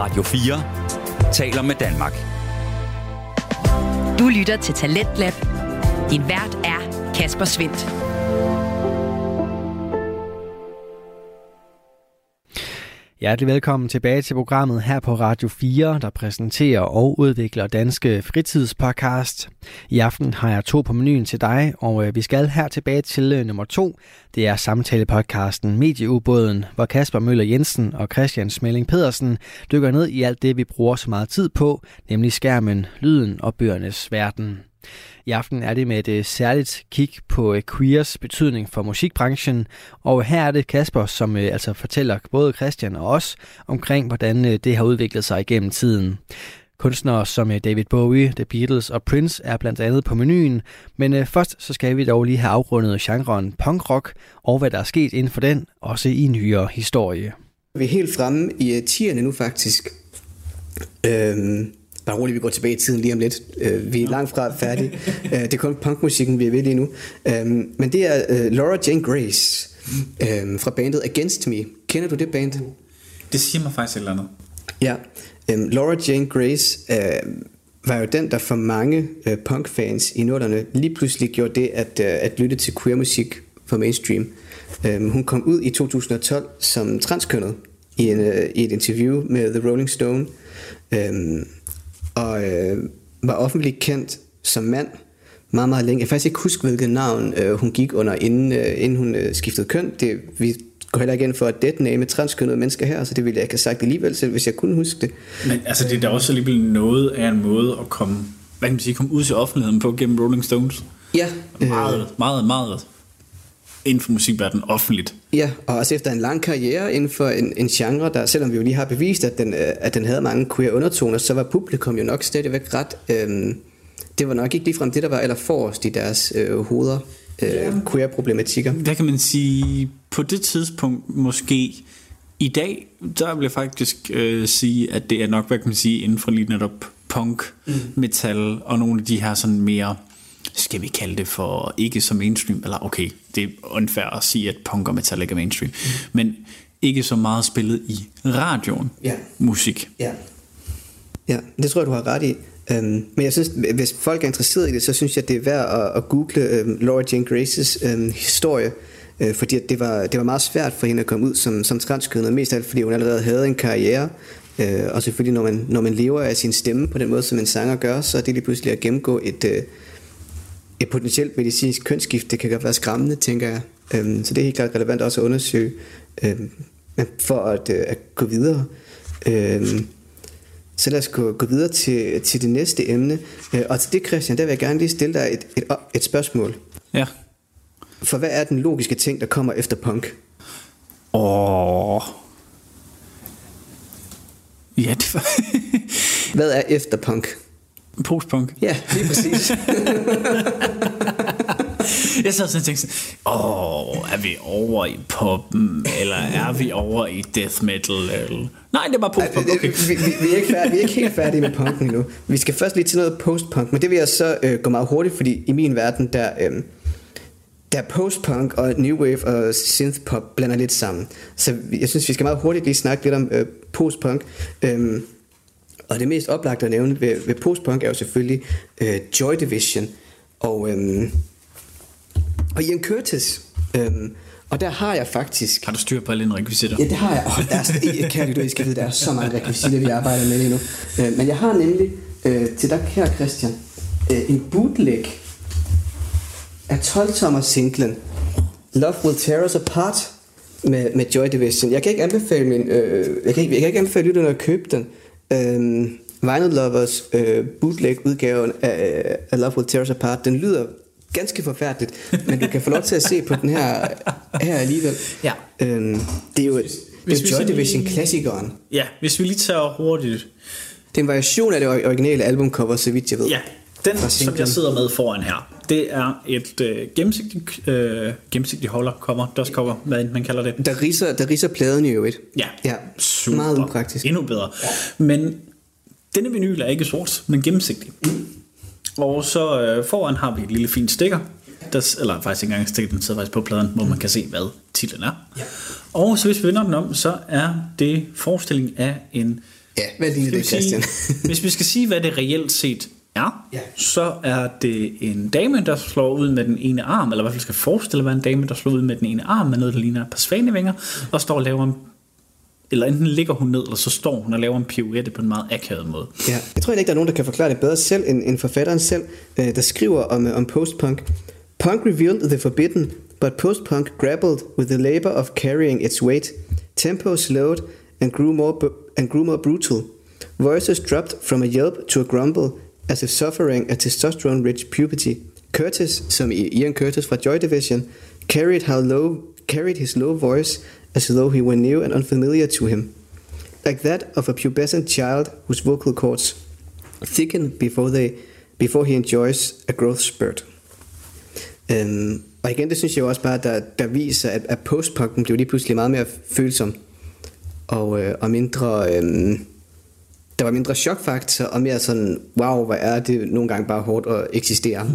Radio 4 taler med Danmark. Du lytter til Talentlab. Din vært er Kasper Svindt. Hjertelig velkommen tilbage til programmet her på Radio 4, der præsenterer og udvikler danske fritidspodcast. I aften har jeg 2 på menuen til dig, og vi skal her tilbage til nummer 2. Det er samtalepodcasten Medieubåden, hvor Kasper Møller Jensen og Christian Smelling Pedersen dykker ned i alt det, vi bruger så meget tid på, nemlig skærmen, lyden og bøgernes verden. I aften er det med et særligt kig på queers betydning for musikbranchen, og her er det Kasper, som altså fortæller både Christian og os omkring, hvordan det har udviklet sig igennem tiden. Kunstnere som David Bowie, The Beatles og Prince er blandt andet på menuen, men først så skal vi dog lige have afrundet genren punkrock og hvad der er sket inden for den, også i nyere historie. Vi er helt fremme i 10'erne nu faktisk. Bare roligt, vi går tilbage i tiden lige om lidt. Vi er langt fra færdige. Det er kun punkmusikken, vi er ved lige nu. Men det er Laura Jane Grace fra bandet Against Me. Kender du det band? Det siger mig faktisk et eller andet. Ja. Laura Jane Grace var jo den, der for mange punkfans i 00'erne lige pludselig gjorde det at lytte til queermusik for mainstream. Hun kom ud i 2012 som transkønnet i et interview med The Rolling Stone. Og var offentligt kendt som mand meget, meget længe. Jeg kan faktisk ikke huske, hvilket navn hun gik under, inden hun skiftede køn. Vi går heller igen for at deadname transkønnede mennesker her, så det ville jeg ikke have sagt alligevel selv, hvis jeg kunne huske det. Men altså, det er da også alligevel noget af en måde at komme ud til offentligheden på gennem Rolling Stones. Ja. Meget inden for musikverdenen offentligt. Ja, og også efter en lang karriere inden for en genre, der selvom vi jo lige har bevist, at den havde mange queer undertoner, så var publikum jo nok stadigvæk ret. Det var nok ikke ligefrem det, der var allerforrest i deres hoveder, queer-problematikker. Der kan man sige, på det tidspunkt måske, i dag, der vil jeg faktisk sige, at det er nok, hvad kan man sige, inden for lige netop punk, metal og nogle af de her sådan mere, skal vi kalde det for ikke så mainstream, eller okay, det er unfair at sige, at punk og metal ikke er mainstream, men ikke så meget spillet i radioen, musik. Ja, det tror jeg, du har ret i. Men jeg synes, hvis folk er interesseret i det, så synes jeg, det er værd at google Laura Jane Graces historie, fordi det var meget svært for hende at komme ud som transkønnet, mest af alt fordi hun allerede havde en karriere, og selvfølgelig når man lever af sin stemme på den måde, som en sanger gør, så er det lige pludselig at gennemgå et potentielt medicinsk kønsskift. Det kan godt være skræmmende, tænker jeg. Så det er helt klart relevant også at undersøge, for at gå videre. Så lad os gå videre til det næste emne. Og til det, Christian, der vil jeg gerne lige stille dig et spørgsmål. Ja. For hvad er den logiske ting, der kommer efter punk? Ja, det var... Hvad er efter punk? Postpunk. Ja, lige præcis. Jeg sad sådan og tænkte sådan, er vi over i poppen, eller er vi over i death metal? Eller? Nej, det var postpunk. Okay. Vi er ikke helt færdige med punken endnu. Vi skal først lige til noget postpunk, men det vil jeg så gå meget hurtigt, fordi i min verden, der postpunk og new wave og synthpop blander lidt sammen. Så jeg synes, vi skal meget hurtigt lige snakke lidt om postpunk. Og det mest oplagte at nævne ved postpunk er jo selvfølgelig Joy Division og Ian Curtis. Og der har jeg faktisk... Har du styr på alle dine rekvisitter? Ja, det har jeg. Der er så mange rekvisitter, vi arbejder med lige nu. Men jeg har nemlig til dig her, Christian, en bootleg af 12-tommer singlen Love Will Tear Us Apart med Joy Division. Jeg kan ikke anbefale jeg kan ikke anbefale lytterne at købe den. Vinyl Lovers bootleg udgaven af Love Will Tear Us Apart, den lyder ganske forfærdeligt, men du kan få lov til at se på den her alligevel. Ja. Det er jo Joy Division klassikeren. Ja, hvis vi lige tager hurtigt. Det er en variation af det originale albumcover, så vidt jeg ved. Ja, den som jeg sidder med foran her, det er et gennemsigtigt holder-cover, dustcover, hvad man kalder det. Der ridser pladen jo et. Ja, super. Meget upraktisk. Endnu bedre. Ja. Men denne vinyl er ikke sort, men gennemsigtig. Og så foran har vi et lille fint stikker, eller faktisk ikke engang stikker, den sidder faktisk på pladen, hvor man kan se, hvad titlen er. Ja. Og så hvis vi vender den om, så er det forestilling af en Ja, hvad ligner det, Christian? Hvis vi skal sige, hvad det reelt set er, så er det en dame, der slår ud med den ene arm, eller i hvert fald skal forestille være en dame, der slår ud med den ene arm, med noget, der ligner et par svanevinger, og står og laver en, eller enten ligger hun ned, eller så står hun og laver en pirouette på en meget akavet måde. Ja, jeg tror ikke, der er nogen, der kan forklare det bedre selv end forfatteren selv, der skriver om postpunk. Punk revealed the forbidden, but postpunk grappled with the labor of carrying its weight. Tempo slowed and grew more brutal. Voices dropped from a yelp to a grumble, as if suffering a testosterone-rich puberty. Curtis, som i Ian Curtis fra Joy Division, carried his low voice as though he were new and unfamiliar to him, like that of a pubescent child whose vocal cords thicken before he enjoys a growth spurt. Og igen, det synes jeg også bare, der viser, at postpunken blev lige pludselig meget mere følsom, og mindre, der var mindre chokfaktor, og mere sådan, wow, hvad er det nogle gange bare hårdt at eksistere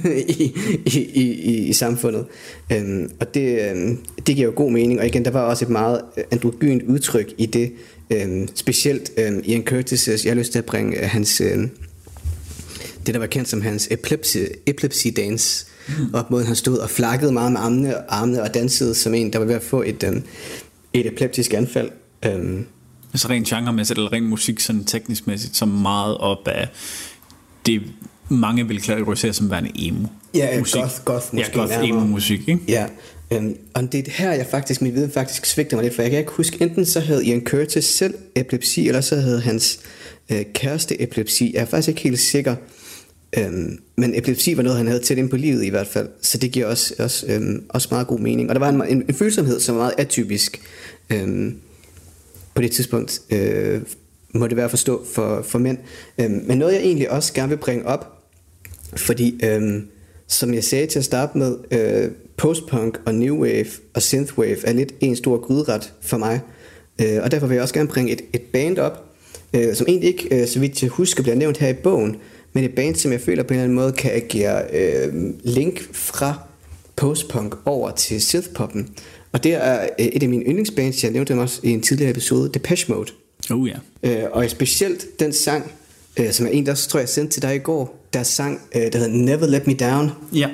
i samfundet. Og det giver jo god mening, og igen, der var også et meget androgynt udtryk i det, specielt Ian Curtis, jeg har lyst til at bringe hans, det der var kendt som hans epilepsy dance, op mod han stod og flakkede meget med armene og dansede som en, der var ved at få et epileptisk anfald. Altså rent genremæssigt eller rent musik sådan teknisk mæssigt, som meget op af det mange vil kategorisere som værende emo. Ja, musik. goth måske. Ja, goth emo musik, ikke? Ja, og det er her min viden faktisk svigter mig lidt, for jeg kan ikke huske, enten så havde Ian Curtis selv epilepsi, eller så havde hans kæreste epilepsi. Jeg er faktisk ikke helt sikker, men epilepsi var noget, han havde tæt ind på livet i hvert fald, så det giver også meget god mening. Og der var en følsomhed, som var meget atypisk på det tidspunkt, må det være at forstå for mænd. Men noget jeg egentlig også gerne vil bringe op, fordi som jeg sagde til at starte med, postpunk og new wave og synthwave er lidt en stor gryderet for mig, og derfor vil jeg også gerne bringe et band op, som egentlig ikke, så vidt jeg husker, bliver nævnt her i bogen, men et band, som jeg føler på en eller anden måde kan agere link fra postpunk over til synthpoppen. Og det er et af mine yndlingsbands, jeg nævnte dem også i en tidligere episode, Depeche Mode. Oh ja. Og specielt den sang, som jeg egentlig også tror jeg sendte til dig i går, der sang, der hedder Never Let Me Down. Ja.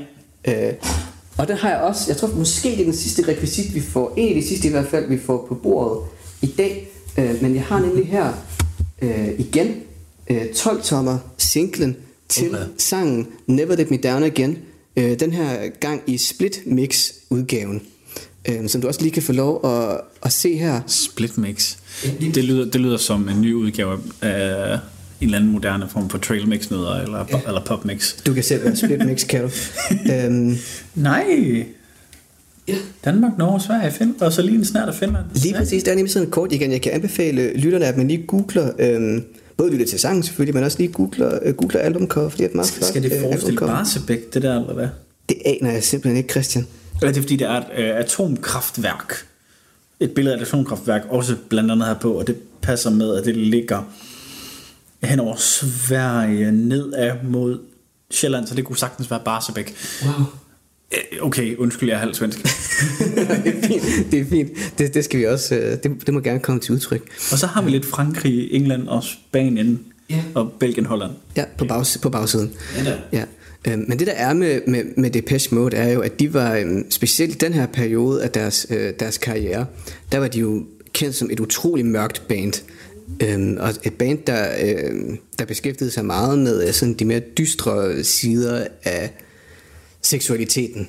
Og den har jeg også, jeg tror måske det er den sidste rekvisit vi får, en af de sidste i hvert fald vi får på bordet i dag, men jeg har nemlig her igen 12-tommer singlen til sangen Never Let Me Down Again, den her gang i split mix udgaven, som du også lige kan få lov at se her. Split mix. Det lyder som en ny udgave af en eller anden moderne form for trail mix eller pop mix. Du kan selv være split mix, kan du? Nej. Ja. Danmark, Norge, Sverige, Finland, og så lige en snart af Finland. Lige præcis, der er nemlig sådan en kort igen. Jeg kan anbefale lytterne, at man lige googler, både lytter til sangen selvfølgelig, men også lige googler albumcover, fordi det er et meget flot. Skal det forestille Barsebæk, det der, eller hvad? Det aner jeg simpelthen ikke, Christian. Eller det er fordi, det er et atomkraftværk. Et billede af et atomkraftværk, også blandt andet her på, og det passer med, at det ligger hen over Sverige, nedad mod Sjælland, så det kunne sagtens være Barsebæk. Wow. Okay, undskyld, jeg er halvt svensk. Det er fint. Det skal vi også, det må gerne komme til udtryk. Og så har vi lidt Frankrig, England og Spanien, og Belgien, Holland. Ja, på bagsiden. Ja. Men det der er med Depeche Mode er jo, at de var specielt i den her periode af deres karriere, der var de jo kendt som et utroligt mørkt band. Og et band, der beskæftigede sig meget med sådan de mere dystre sider af seksualiteten.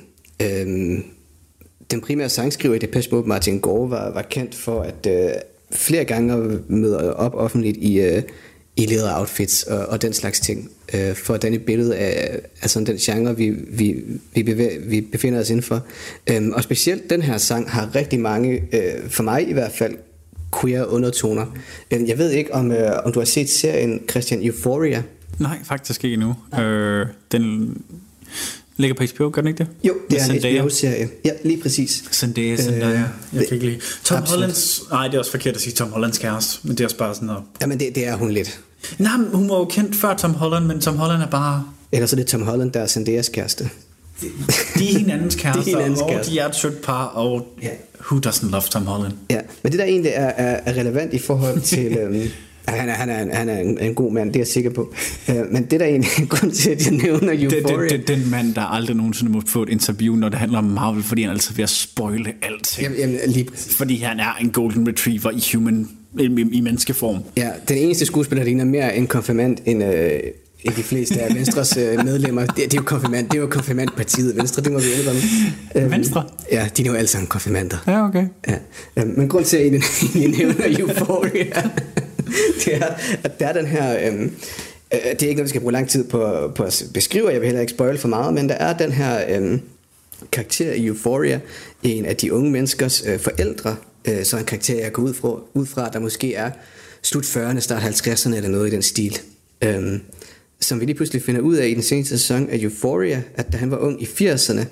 Den primære sangskriver i Depeche Mode, Martin Gore, var kendt for at flere gange møde op offentligt i læder outfits og den slags ting, for at danne et billede af sådan den genre vi befinder os indenfor. Og specielt den her sang har rigtig mange, for mig i hvert fald, queer undertoner. Jeg ved ikke om du har set serien Christian Euphoria. Nej, faktisk ikke endnu. Den ligger på HBO, gør den ikke det? Jo, det er en HBO-serie. Ja, lige præcis. Zendaya. Jeg kan ikke lide. Tom Hollands... Nej, det er også forkert at sige Tom Hollands kæreste, men det er også bare sådan noget... Jamen, det er hun lidt. Nej, hun var jo kendt før Tom Holland, men Tom Holland er bare... Eller så er det Tom Holland, der er Zendayas kæreste. De er hinandens kærester, og de er et sødt par, og who doesn't love Tom Holland? Ja, men det der egentlig er relevant i forhold til... Han er en god mand, det er jeg sikker på. Men det der egentlig er grund til, at jeg nævner Euphoria. Det er den mand, der aldrig nogensinde må få et interview, når det handler om Marvel, fordi han altid vil spoile alting. Jamen, lige fordi han er en golden retriever i menneskeform. Ja, den eneste skuespiller, der ligner mere en konfirmand end de fleste af Venstres medlemmer. Det er jo konfirmand. Det er jo konfirmandpartiet Venstre, det må vi indrømme. Venstre? Ja, de er jo alle sammen konfirmander. Ja, okay. Ja. Men grund til, at I nævner Euphoria, det er, at der er den her... det er ikke noget, vi skal bruge lang tid på at beskrive, jeg vil heller ikke spoil for meget, men der er den her karakter i Euphoria, en af de unge menneskers forældre, så en karakter, jeg går ud fra, der måske er slut 40'erne, start 50'erne eller noget i den stil. Som vi lige pludselig finder ud af i den seneste sæson af Euphoria, at da han var ung i 80'erne,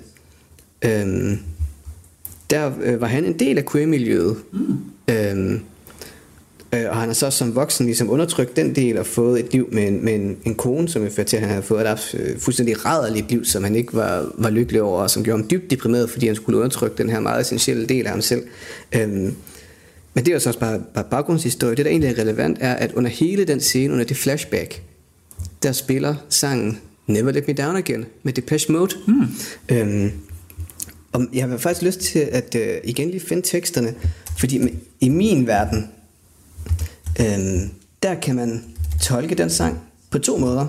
der var han en del af queer-miljøet. Og han har så som voksen ligesom undertrykt den del og fået et liv med en kone, som førte til, at han havde fået et fuldstændig rædderligt liv, som han ikke var lykkelig over, og som gjorde ham dybt deprimeret, fordi han skulle undertrykke den her meget essentielle del af ham selv. Men det er jo så også bare baggrundshistorie. Det der egentlig er relevant er, at under hele den scene, under det flashback, der spiller sangen Never Let Me Down Again med Depeche Mode. Og jeg har faktisk lyst til at igen lige finde teksterne, fordi i min verden, der kan man tolke den sang på to måder.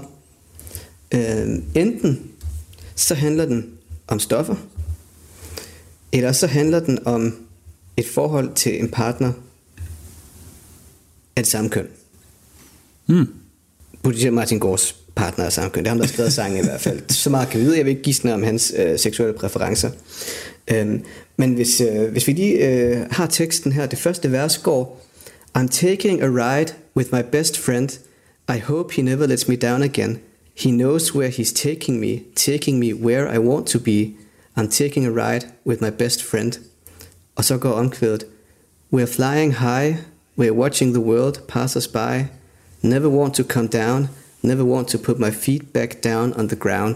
Enten så handler den om stoffer, eller så handler den om et forhold til en partner af det samme køn. Potentielt Martin Gårds partner af samme køn. Det er ham, der har skrevet sangen i hvert fald. Så meget kan vi vide. Jeg vil ikke gisne om hans seksuelle præferencer. Men hvis vi lige har teksten her, det første vers går: I'm taking a ride with my best friend. I hope he never lets me down again. He knows where he's taking me where I want to be. I'm taking a ride with my best friend. Og så går omkvædet: We're flying high, we're watching the world pass us by. Never want to come down, never want to put my feet back down on the ground.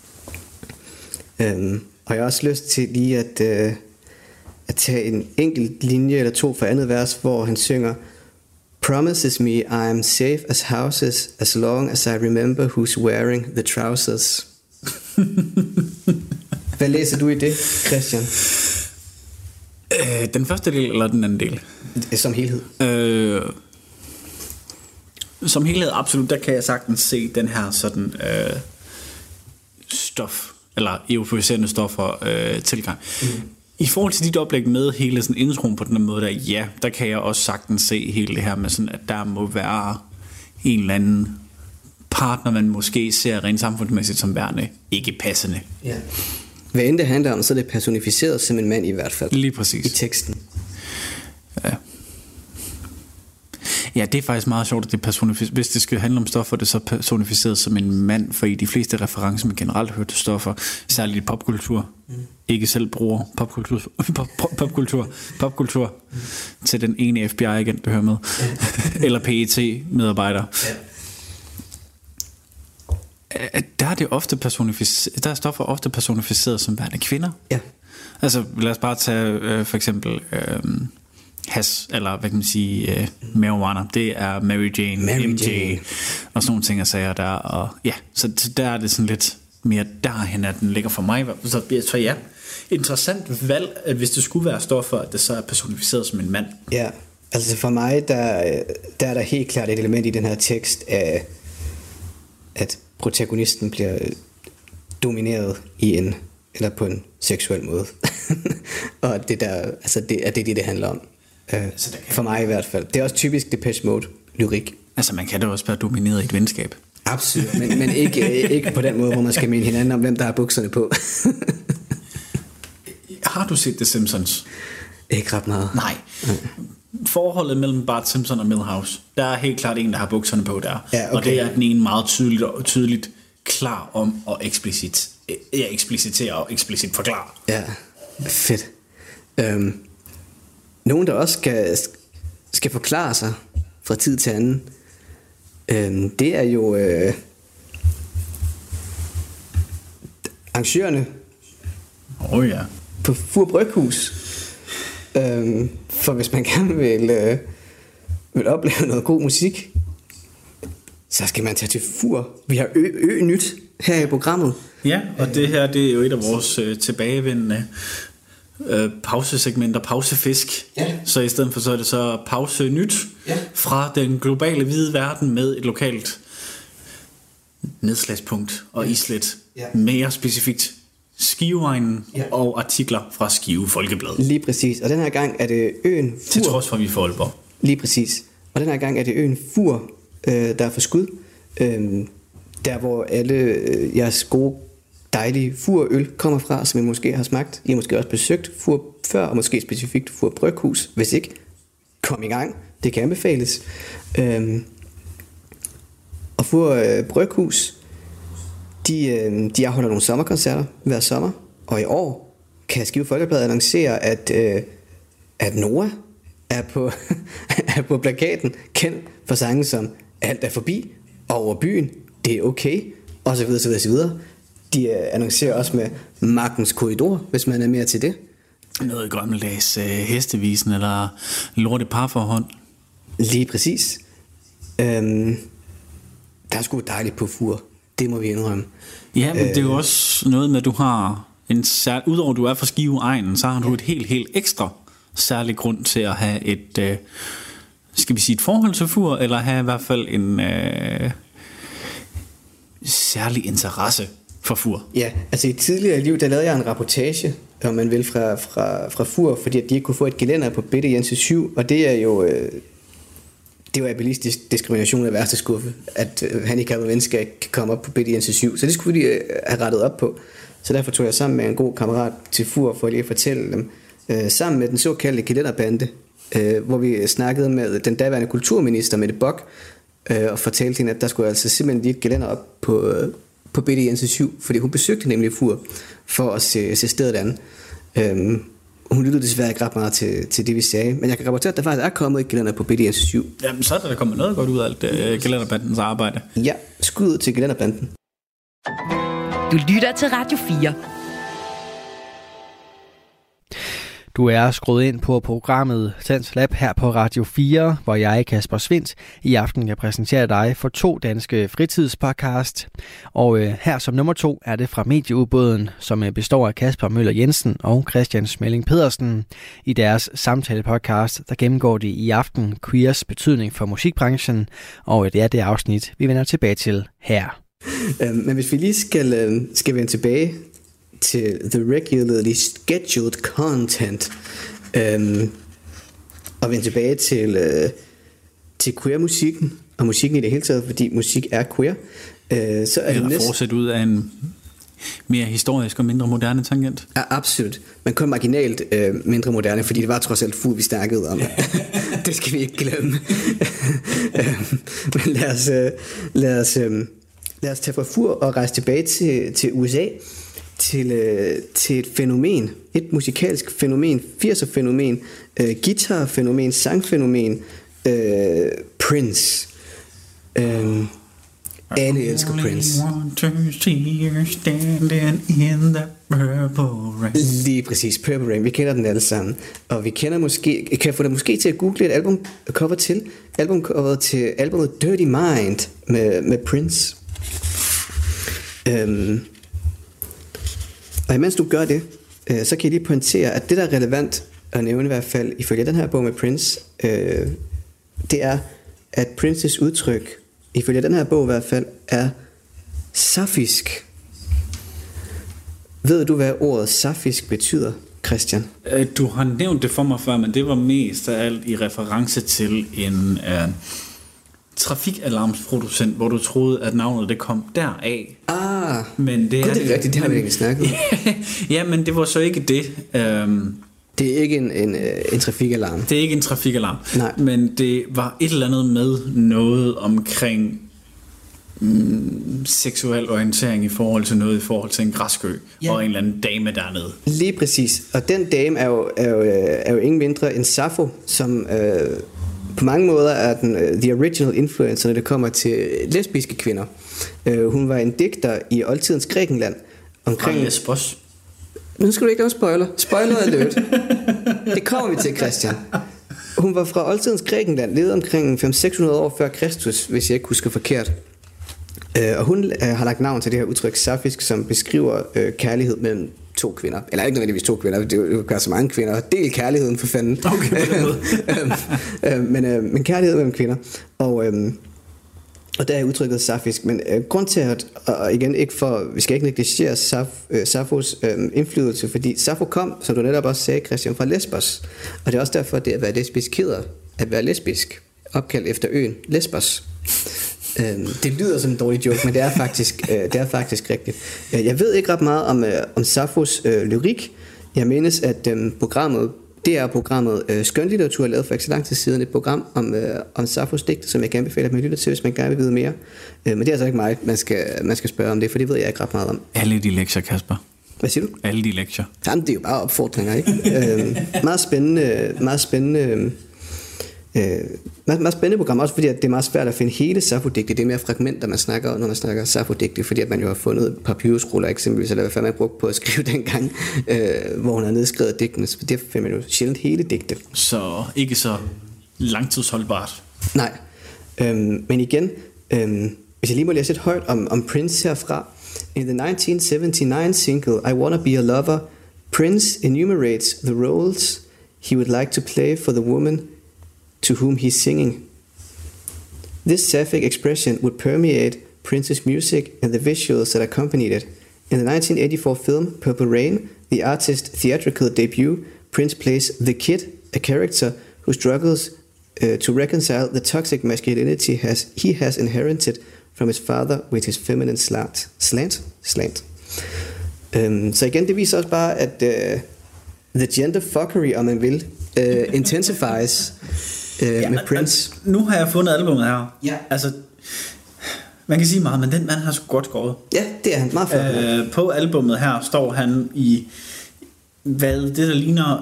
Og jeg har også lyst til lige at tage en enkelt linje eller to fra andet vers, hvor han synger: Promises me I'm safe as houses, as long as I remember who's wearing the trousers. Hvad læser du i det, Christian? Den første del eller den anden del? Som helhed. Som helhed, absolut. Der kan jeg sagtens se den her sådan stof, eller euforiserende stoffer tilgang. I forhold til dit oplæg med hele sådan introen på den måde der, ja, der kan jeg også sagtens se hele det her med sådan, at der må være en eller anden partner, man måske ser rent samfundsmæssigt som værende ikke passende. Ja. Hvad end det handler om, så er det personificeret som en mand i hvert fald. Lige præcis. I teksten. Ja, det er faktisk meget sjovt, at det hvis det skal handle om stoffer, det er så personificeret som en mand, for i de fleste referencer, man generelt hører til stoffer, særligt i popkultur, ikke selv bruger popkultur til den ene FBI-agent, du hører med, eller PET-medarbejder. Der er det ofte der er stoffer ofte personificeret som værende kvinder. Ja. Altså, lad os bare tage for eksempel hash, eller hvad kan man sige, marijuana. Det er Mary Jane, MJ, og sådan nogle ting og sager der. Og ja, så der er det sådan lidt mere derhen, at den ligger for mig. Så ja, interessant valg, at hvis det skulle være stoffer, at det så er personificeret som en mand. Ja, altså for mig, der er der helt klart et element i den her tekst af, at protagonisten bliver domineret eller på en seksuel måde. Og det der, altså det er det handler om. For mig i hvert fald. Det er også typisk Depeche Mode lyrik. Altså man kan da også være domineret i et venskab. Absolut, men ikke på den måde, hvor man skal mene hinanden om, hvem der har bukserne på. Har du set The Simpsons? Ikke ret meget. Nej. Forholdet mellem Bart Simpson og Milhouse, der er helt klart en, der har bukserne på der. Ja, okay. Og det er den ene meget tydeligt klar om og eksplicitere og eksplicit forklare. Ja, fedt. Nogen, der også skal forklare sig fra tid til anden, det er jo arrangørerne ja. på Fur Bryghus. For hvis man gerne vil opleve noget god musik, så skal man tage til Fur. Vi har Ø-nyt her i programmet. Ja, og det her, det er jo et af vores tilbagevendende pausesegmenter, pausefisk. Ja. Så i stedet for så er det så pause-nyt fra den globale hvide verden med et lokalt nedslagspunkt og islet. Mere specifikt Skiveegnen og artikler fra Skive Folkeblad. Lige præcis, og den her gang er det øen Fur. Til trods for, at vi får Aalborg. Lige præcis, og den her gang er det øen Fur, der er for skud. Der hvor alle jeres gode dejlige Fur-øl kommer fra, som I måske har smagt. I har måske også besøgt Fur før, og måske specifikt Fur Bryghus. Hvis ikke, kom i gang. Det kan anbefales. Og Fur Bryghus, de afholder nogle sommerkoncerter hver sommer. Og i år kan Skive Folkeblad annoncere, at Noah er på plakaten, kendt for sangen som Alt er forbi, Over byen, Det er okay, og så videre, så videre, så videre. De annoncerer også med Magtens Korridor, hvis man er mere til det. Noget gammeldags hestevisen eller lorte parforhold. Lige præcis. Der er sgu dejligt på Fur. Det må vi indrømme. Ja, men det er jo også noget med, at du har udover at du er fra Skiveegnen, så har du et helt ekstra særlig grund til at have et, skal vi sige et forhold til Fur, eller have i hvert fald en særlig interesse for Fur. Ja, altså i tidligere liv, der lavede jeg en rapportage, om man vil, fra Fur, fordi at de ikke kunne få et gelænder på Bitte Jense 7, og det er jo det var abilistisk diskrimination af værste skuffe, at handicappede mennesker ikke kan komme op på Bitte Jense 7, så det skulle de have rettet op på. Så derfor tog jeg sammen med en god kammerat til Fur for lige at fortælle dem, sammen med den såkaldte gelændarbande, hvor vi snakkede med den daværende kulturminister Mette Bock, og fortalte hende, at der skulle altså simpelthen lige et gelænder op på Bitte Jense 7, fordi hun besøgte nemlig Fur for at se stedet an. Hun lyttede desværre ikke ret meget til det, vi sagde, men jeg kan rapportere, at der faktisk er kommet et gelænder på Bitte Jense 7. Jamen, så er der kommet noget godt ud af alt gelænderbandens arbejde. Ja, skud til gelænderbanden. Du lytter til Radio 4. Du er skruet ind på programmet Sans Lab her på Radio 4, hvor jeg, Kasper Svindt, i aften kan præsentere dig for 2 danske fritidspodcast. Og her som nummer 2 er det fra Medieubåden, som består af Kasper Møller Jensen og Christian Smelling Pedersen. I deres samtalepodcast, der gennemgår de i aften queers betydning for musikbranchen, og det er det afsnit, vi vender tilbage til her. Men hvis vi lige skal vende tilbage til the regularly scheduled content, og vende tilbage til queer-musikken, og musikken i det hele taget, fordi musik er queer, så er det fortsat ud af en mere historisk og mindre moderne tangent. Ja, absolut. Men kun marginalt mindre moderne, fordi det var trods alt Fur, vi snakkede om. Det skal vi ikke glemme. Men lad os tage fra Fur og rejse tilbage til USA, til et fænomen, et musikalsk fænomen, 80'er-fænomen, guitar-fænomen, sangfænomen, Prince. Alle elsker Prince. Lige præcis, Purple Rain. Vi kender den alle sammen. Og vi kender måske, kan få dig måske til at google et albumcover til. Albumcoveret til albumet Dirty Mind med Prince. Og imens du gør det, så kan jeg lige pointere, at det der er relevant at nævne i hvert fald, ifølge den her bog med Prince, det er, at Princes udtryk, ifølge den her bog i hvert fald, er safisk. Ved du, hvad ordet safisk betyder, Christian? Du har nævnt det for mig før, men det var mest af alt i reference til en trafikalarmsproducent, hvor du troede, at navnet det kom deraf. Men det er rigtigt, det har vi ikke snakket. Ja, men det var så ikke det. Det er ikke en trafikalarm. Det er ikke en trafikalarm. Nej. Men det var et eller andet med noget omkring seksuel orientering i forhold til en græskø, og en eller anden dame dernede. Lige præcis. Og den dame er jo ingen mindre end Sappho, som på mange måder er den the original influencer, når det kommer til lesbiske kvinder. Hun var en digter i oldtidens Grækenland omkring Lesbos. Nu skal du ikke lave spoiler. Spoiler alert. Det kommer vi til, Christian. Hun var fra oldtidens Grækenland, levede omkring 500-600 år før Kristus, hvis jeg ikke husker forkert. Og hun har lagt navn til det her udtryk safisk, som beskriver kærlighed mellem to kvinder. Eller ikke nødvendigvis to kvinder, det er jo så mange kvinder. Del kærligheden for fanden. Okay, men kærlighed mellem kvinder. Og der er udtrykket safisk. Men grund til at, og igen ikke for, vi skal ikke negligere Safos indflydelse, fordi Safo kom, som du netop også sagde, Christian, fra Lesbos. Og det er også derfor, det at være lesbisk hedder at være lesbisk, opkaldt efter øen Lesbos. Det lyder som en dårlig joke, men det er faktisk rigtigt. Jeg ved ikke ret meget om Safos lyrik. Jeg mindes, at programmet Skønlitteratur lavet for ikke så lang tid siden et program om Safos digte, som jeg kan anbefale, at man lytter til, hvis man gerne vil vide mere. Men det er altså ikke mig, man skal spørge om det, for det ved jeg ikke ret meget om. Alle de lektier, Kasper. Hvad siger du? Alle de lektier. Jamen, det er jo bare opfordringer, ikke? Meget spændende program, også fordi at det er meget svært at finde hele Safo-digte. Det er mere fragmenter, man snakker, når man snakker Safo-digte, fordi at man jo har fundet papyrusruller eksempelvis, eller hvad fanden man brugte på at skrive dengang, hvor hun har nedskrevet digtene. Så det finder man jo sjældent hele digte. Så ikke så langtidsholdbart. Nej. Men igen, hvis jeg lige må læse lidt højt om Prince herfra. In the 1979 single I Wanna Be a Lover, Prince enumerates the roles he would like to play for the woman to whom he's singing. This sapphic expression would permeate Prince's music and the visuals that accompanied it. In the 1984 film Purple Rain, the artist's theatrical debut, Prince plays The Kid, a character who struggles to reconcile the toxic masculinity he has inherited from his father with his feminine slant. Så igen, det viser også bare, at the gender fuckery, om man vil, intensifies med Prince. Nu har jeg fundet albumet her. Ja. Altså, man kan sige meget, men den mand har så godt gået. Ja, det er han meget flot. På albumet her står han i hvad det der ligner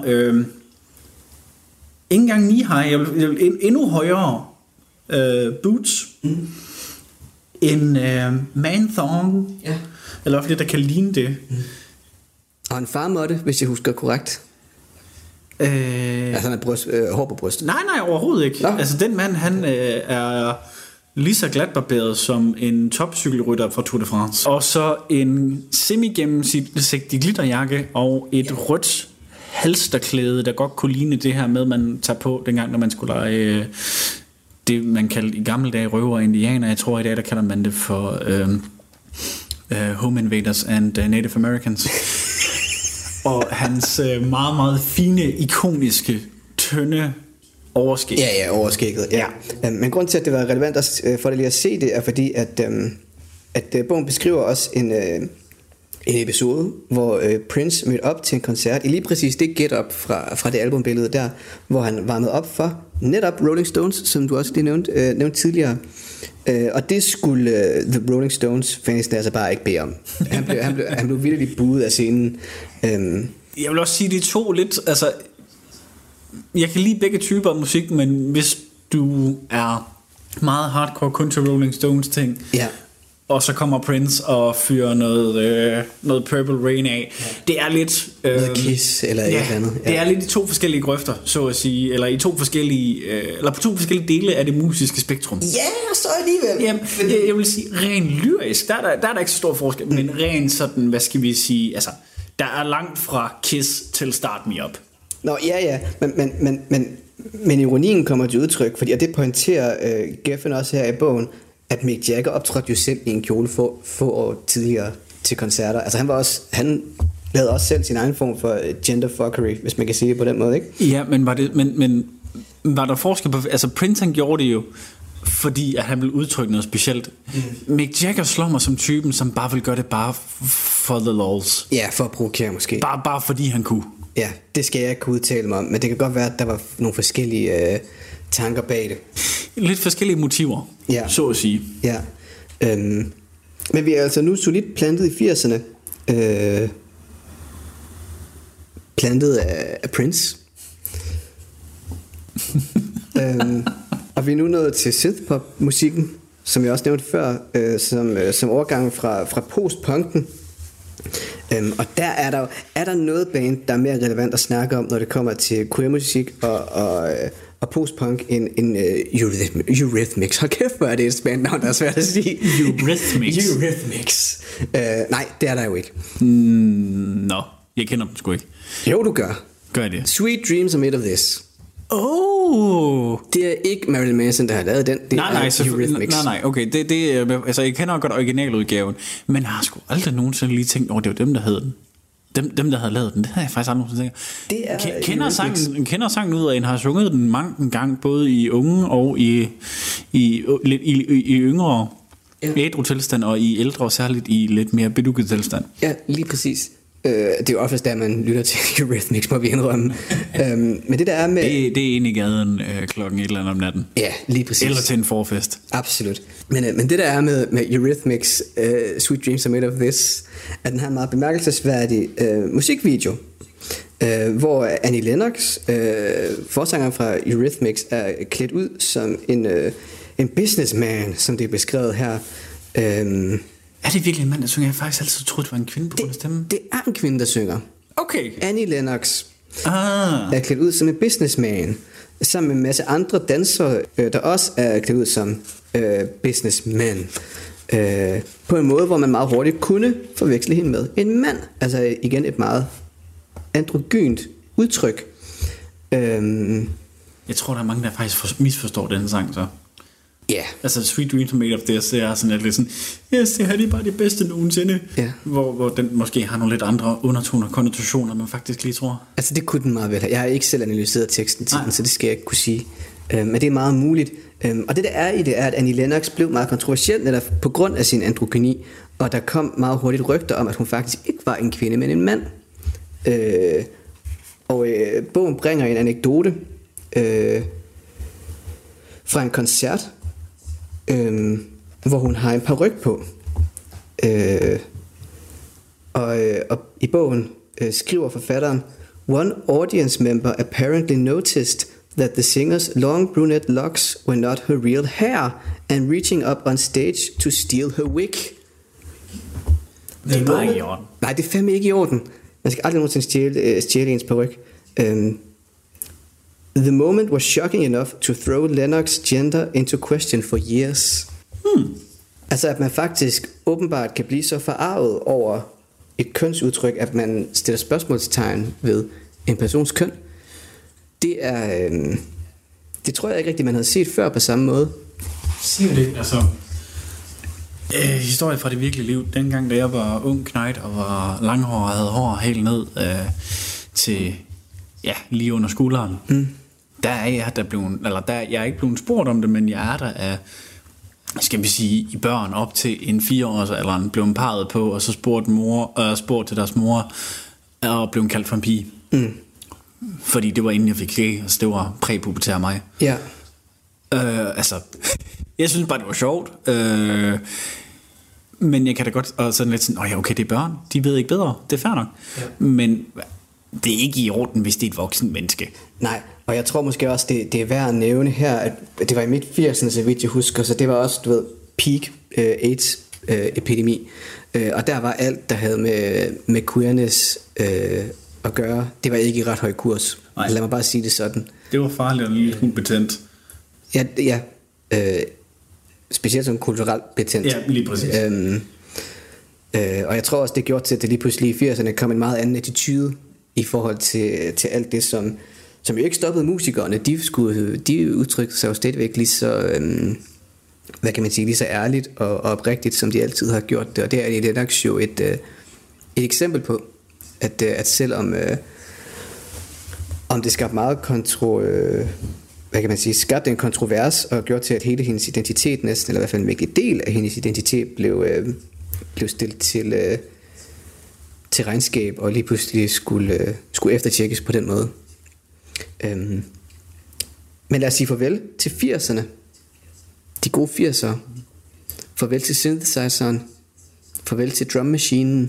ikke engang knee-high, jeg vil endnu højere boots, en man thong, ja. Eller flere der kan ligne det. Og en farmåtte, hvis jeg husker korrekt. Altså han er hår på brystet. Nej, overhovedet ikke. Nå. Altså den mand, han er lige så glatbarberet som en topcykelrytter fra Tour de France. Og så en semi-gennemsigtig glitterjakke og et rødt halsterklæde, der godt kunne ligne det her med, man tager på dengang, når man skulle lege det, man kaldte i gamle dage røver og indianer. Jeg tror i dag, der kalder man det for home invaders and Native Americans. Og hans meget, meget fine, ikoniske, tynde overskæg. Ja, overskægget. Ja. Men grund til, at det var relevant for dig lige at se det, er fordi, at bogen beskriver også en episode, hvor Prince mødte op til en koncert i lige præcis det get-up fra det albumbillede der, hvor han varmede op for netop Rolling Stones, som du også lige nævnte tidligere. Og det skulle The Rolling Stones fans altså bare ikke bede om. Han blev virkelig buet af scenen. Jeg vil også sige, de to lidt, altså jeg kan lide begge typer af musik, men hvis du er meget hardcore kun til Rolling Stones ting, ja. Og så kommer Prince og fyrer noget Purple Rain af, det er lidt Kiss eller et eller andet. Ja. Det er lidt i to forskellige grøfter, så at sige, eller i to forskellige eller på to forskellige dele af det musiske spektrum. Ja, så alligevel. Jamen, jeg vil sige rent lyrisk, der er der ikke så stor forskel, men rent sådan, hvad skal vi sige, altså der er langt fra Kiss til Start Me Up. Nå, ja, men ironien kommer til udtryk, fordi, og det pointerer Geffen også her i bogen, at Mick Jagger optrådte jo selv i en kjole få år tidligere til koncerter. Altså han lavede også selv sin egen form for gender fuckery, hvis man kan sige det på den måde, ikke? Ja, men var der forskel på, altså Prince han gjorde det jo, fordi at han ville udtrykke noget specielt. Mick Jagger slår mig som typen, som bare vil gøre det bare for the lols. Ja, for at provokere måske. Bare fordi han kunne. Ja, det skal jeg ikke kunne udtale mig om, men det kan godt være, at der var nogle forskellige tanker bag det. Lidt forskellige motiver, ja. Så at sige. Ja. Men vi er altså nu solidt plantet i 80'erne. Plantet af Prince. Og vi er nu nået til synthpop-musikken, som jeg også nævnte før, som overgang fra post-punken. Og der er der noget band, der er mere relevant at snakke om, når det kommer til queer-musik og postpunk end Eurythmics. Hold kæft, hvor er det et bandnavn, der er svært at sige. Eurythmics. Nej, det er der jo ikke. Nå, jeg kender dem sgu ikke. Jo, du gør. Gør jeg det? Sweet Dreams Are Made of This. Oh. Det er ikke Marilyn Manson, der har lavet den. Det er Eurythmics. Nej, okay. Det altså, jeg kender godt originaludgaven, men jeg har sgu aldrig nogensinde lige tænkt over, det var dem, der havde den. Dem, der havde lavet den, det havde jeg faktisk aldrig nogensinde tænkt. Kender sangen ud af en, har sunget den mange gang, både i unge og i yngre ædru tilstand, og i ældre, særligt i lidt mere bedugget tilstand. Ja, lige præcis. Det er jo oftest, der man lytter til Eurythmics, må vi indrømme. Men det der er med... Det er inde i gaden klokken et eller andet om natten. Ja, lige præcis. Eller til en forfest. Absolut. Men det der er med Eurythmics Sweet Dreams Are Made of This, at den har en meget bemærkelsesværdig musikvideo, hvor Annie Lennox, forsangeren fra Eurythmics, er klædt ud som en businessman, som det er beskrevet her. Er det virkelig en mand, der synger? Jeg har faktisk altid troet, det var en kvinde på grund af stemmen. Det er en kvinde, der synger. Okay. Annie Lennox er klædt ud som en businessman, sammen med en masse andre dansere, der også er klædt ud som businessmen. På en måde, hvor man meget hurtigt kunne forveksle hende med en mand. Altså igen et meget androgynt udtryk. Jeg tror, der er mange, der faktisk misforstår den sang så. Ja. Yeah. Altså Sweet Dreams Are Made of This, det er sådan lidt sådan, yes, det her er bare det bedste nogensinde. Yeah. Hvor den måske har nogle lidt andre undertoner og konnotationer, man faktisk lige tror. Altså det kunne den meget vel have. Jeg har ikke selv analyseret teksten til den, så det skal jeg ikke kunne sige. Men det er meget muligt. Og det der er i det, er, at Annie Lennox blev meget kontroversiel netop på grund af sin androgyni. Og der kom meget hurtigt rygter om, at hun faktisk ikke var en kvinde, men en mand. Bogen bringer en anekdote fra en koncert, hvor hun har en paryk på. Og i bogen skriver forfatteren: One audience member apparently noticed that the singer's long brunette locks were not her real hair, and reaching up on stage to steal her wig. Det er bare ikke i orden. Nej, det er fandme ikke i orden. Man skal aldrig nogensinde stjæle ens paryk. The moment was shocking enough to throw Lennox gender into question for years. Altså at man faktisk åbenbart kan blive så forarvet over et kønsudtryk, at man stiller spørgsmålstegn ved en persons køn. Det er det tror jeg ikke rigtig man havde set før på samme måde. Siger det, altså historie fra det virkelige liv. Dengang da jeg var ung knejt og var langhåret og havde hår helt ned til lige under skulderen. Der er jeg er ikke blevet spurgt om det, men jeg er der af, skal vi sige, i børn op til en 4-årsalderen blev parret på, og så spurgte til deres mor og blev kaldt for en pige. Fordi det var inden jeg fik klæde, altså det var præpubertær mig. Ja. Altså, jeg synes bare det var sjovt. Men jeg kan da godt og sådan lidt sådan, okay, det er børn, de ved ikke bedre, det er fair nok. Ja. Men det er ikke i orden, hvis det er et voksen menneske. Nej, og jeg tror måske også, det er værd at nævne her, at det var i midt 80'erne, så vidt jeg husker, så det var også, du ved, peak AIDS-epidemi. Og der var alt, der havde med queerness at gøre. Det var ikke i ret høj kurs. Nej. Lad mig bare sige det sådan. Det var farligt og lidt betændt. Ja. Specielt som kulturelt betændt. Ja, lige præcis. Og jeg tror også, det gjorde til, at det lige pludselig i 80'erne kom en meget anden attitude i forhold til alt det, som jo ikke stoppede musikerne. De udtrykte sig jo stadigvæk lige så, hvad kan man sige, lige så ærligt og oprigtigt, som de altid har gjort det. Og det er det nok jo et eksempel på, at selvom om det skabte meget skabte en kontrovers og gjorde til, at hele hendes identitet næsten, eller i hvert fald en vigtig del af hendes identitet blev stillet til regnskab og lige pludselig skulle eftertjekkes på den måde. Men lad os sige farvel til 80'erne. De gode 80'ere. Farvel til synthesizeren. Farvel til drummaskinen.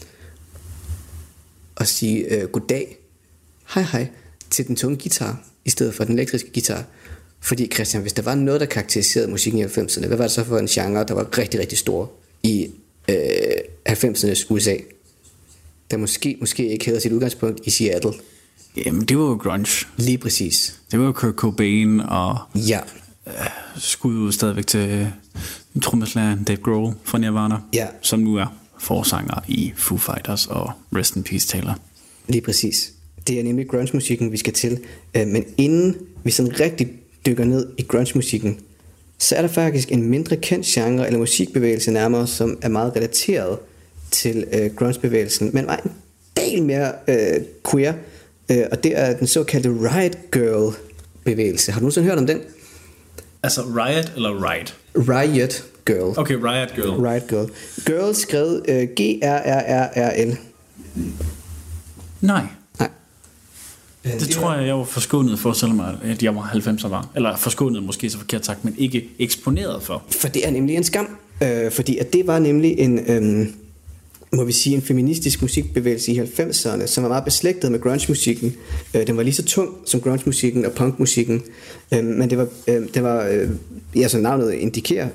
Og sige goddag, hej til den tunge guitar i stedet for den elektriske guitar. Fordi Christian, hvis der var noget, der karakteriserede musikken i 90'erne, hvad var det så for en genre, der var rigtig, rigtig stor i 90'ernes USA? der måske ikke havde sit udgangspunkt i Seattle. Jamen, det var jo grunge. Lige præcis. Det var jo Kurt Cobain og Ja. skud ud stadigvæk til trommeslageren Dave Grohl fra Nirvana, Ja. som nu er forsanger i Foo Fighters og Rest in Peace Taylor. Lige præcis. Det er nemlig grunge-musikken, vi skal til. Men inden vi sådan rigtig dykker ned i grunge-musikken, så er der faktisk en mindre kendt genre eller musikbevægelse nærmere, som er meget relateret til grunge-bevægelsen, men var en del mere queer, og det er den såkaldte Riot Girl-bevægelse. Har du nogensinde hørt om den? Altså Riot eller Riot? Riot Girl. Okay, Riot Girl. Riot Girl. Girl skrevet G-R-R-R-L. Nej. Nej. Det tror jeg var forskånet for, selvom at jeg var 90'er var. Eller forskånet måske så forkert sagt, men ikke eksponeret for. For det er nemlig en skam. Fordi at det var nemlig en, må vi sige, en feministisk musikbevægelse i 90'erne, som var meget beslægtet med grunge-musikken. Den var lige så tung som grunge-musikken og punk-musikken. Men det var ja, som navnet indikerer,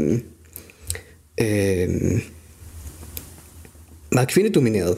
meget kvindedomineret.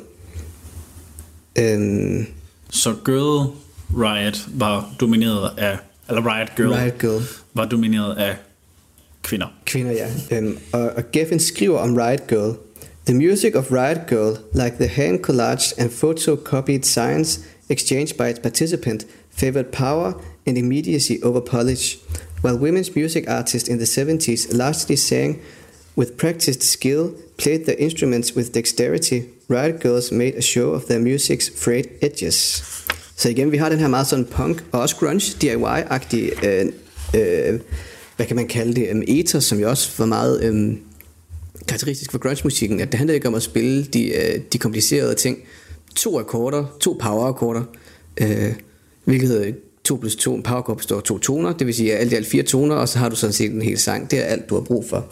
Så Girl Riot var domineret af, eller Riot Girl var domineret af kvinder. Kvinder, ja. Og Geffen skriver om Riot Girl: The music of Riot Girl, like the hand collage and photocopied signs exchanged by its participant, favored power and immediacy over polish, while women's music artists in the 70s largely sang with practiced skill, played their instruments with dexterity. Riot Girls made a show of their music's frayed edges. Så igen, vi har den her meget sådan punk og også grunge, DIY-agtige, hvad kan man kalde det, ethos, som jo også var meget karakteristisk for grunge-musikken, at det handler ikke om at spille de komplicerede ting. 2 akkorder, 2 power-akkorder, hvilket hedder 2 plus 2, en power-akkord består af 2 toner, det vil sige alt i alt 4 toner, og så har du sådan set en hel sang. Det er alt, du har brug for.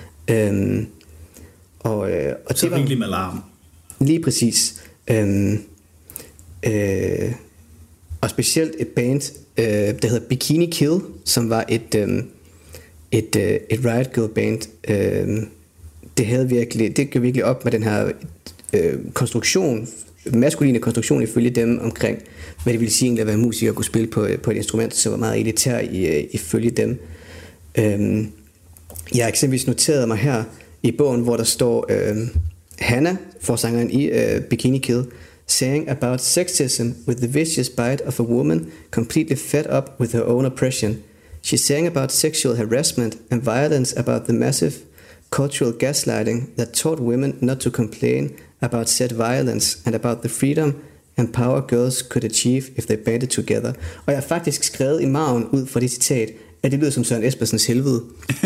Og så det var virkelig med larm. lige præcis. Og specielt et band, der hedder Bikini Kill, som var et Riot Girl band. Det gør virkelig op med den her konstruktion, maskuline konstruktion ifølge dem omkring, hvad det ville sige at være musiker og kunne spille på et instrument, som var meget elitær ifølge dem. Jeg har eksempelvis noteret mig her i bogen, hvor der står Hannah, forsangeren i Bikini Kill, saying about sexism with the vicious bite of a woman completely fed up with her own oppression. She sang about sexual harassment and violence, about the massive cultural gaslighting that taught women not to complain about said violence, and about the freedom and power girls could achieve if they banded together. Og jeg har faktisk skrevet i margen ud fra det citat, at det lyder som Søren Espersens helvede.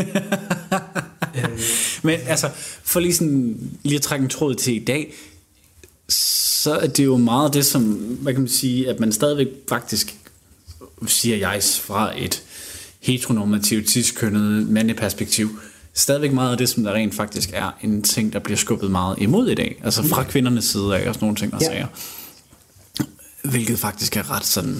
Men altså, for lige at trække en tråd til i dag, så er det jo meget det, som, hvad kan man sige, at man stadigvæk faktisk, siger jeg, fra et heteronormativt, tidskønnet mandeperspektiv, stadigvæk meget af det, som der rent faktisk er en ting, der bliver skubbet meget imod i dag. Altså fra kvindernes side af, og sådan nogle ting, og sager. Hvilket faktisk er ret sådan...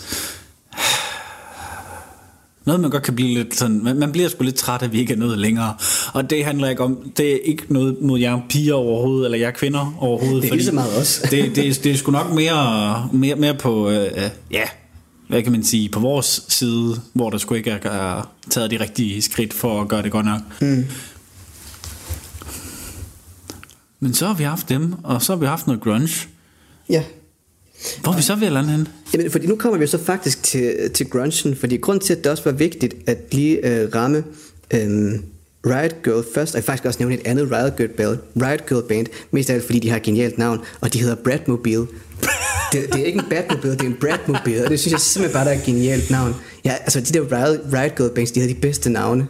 Noget, man godt kan blive lidt sådan... Man bliver sgu lidt træt, at vi ikke er noget længere. Og det handler ikke om... Det er ikke noget mod jer piger overhovedet, eller jer kvinder overhovedet. Det er lige så meget også. det er sgu nok mere på... hvad kan man sige, på vores side, hvor der sgu ikke er taget de rigtige skridt for at gøre det godt nok. Men så har vi haft dem, og så har vi haft noget grunge. Ja. Hvor er vi så ved at lande hen? Jamen, fordi nu kommer vi så faktisk til grungen, fordi grund til, at det også var vigtigt at lige ramme Riot Girl først, og jeg faktisk også nævne et andet Riot Girl band, mest af alt fordi de har et genialt navn, og de hedder Bradmobile. Det er ikke en Batmobile, det er en Bradmobile, og det synes jeg simpelthen bare, der er et genialt navn. Ja, altså de der Riot Girl bands, de havde de bedste navne.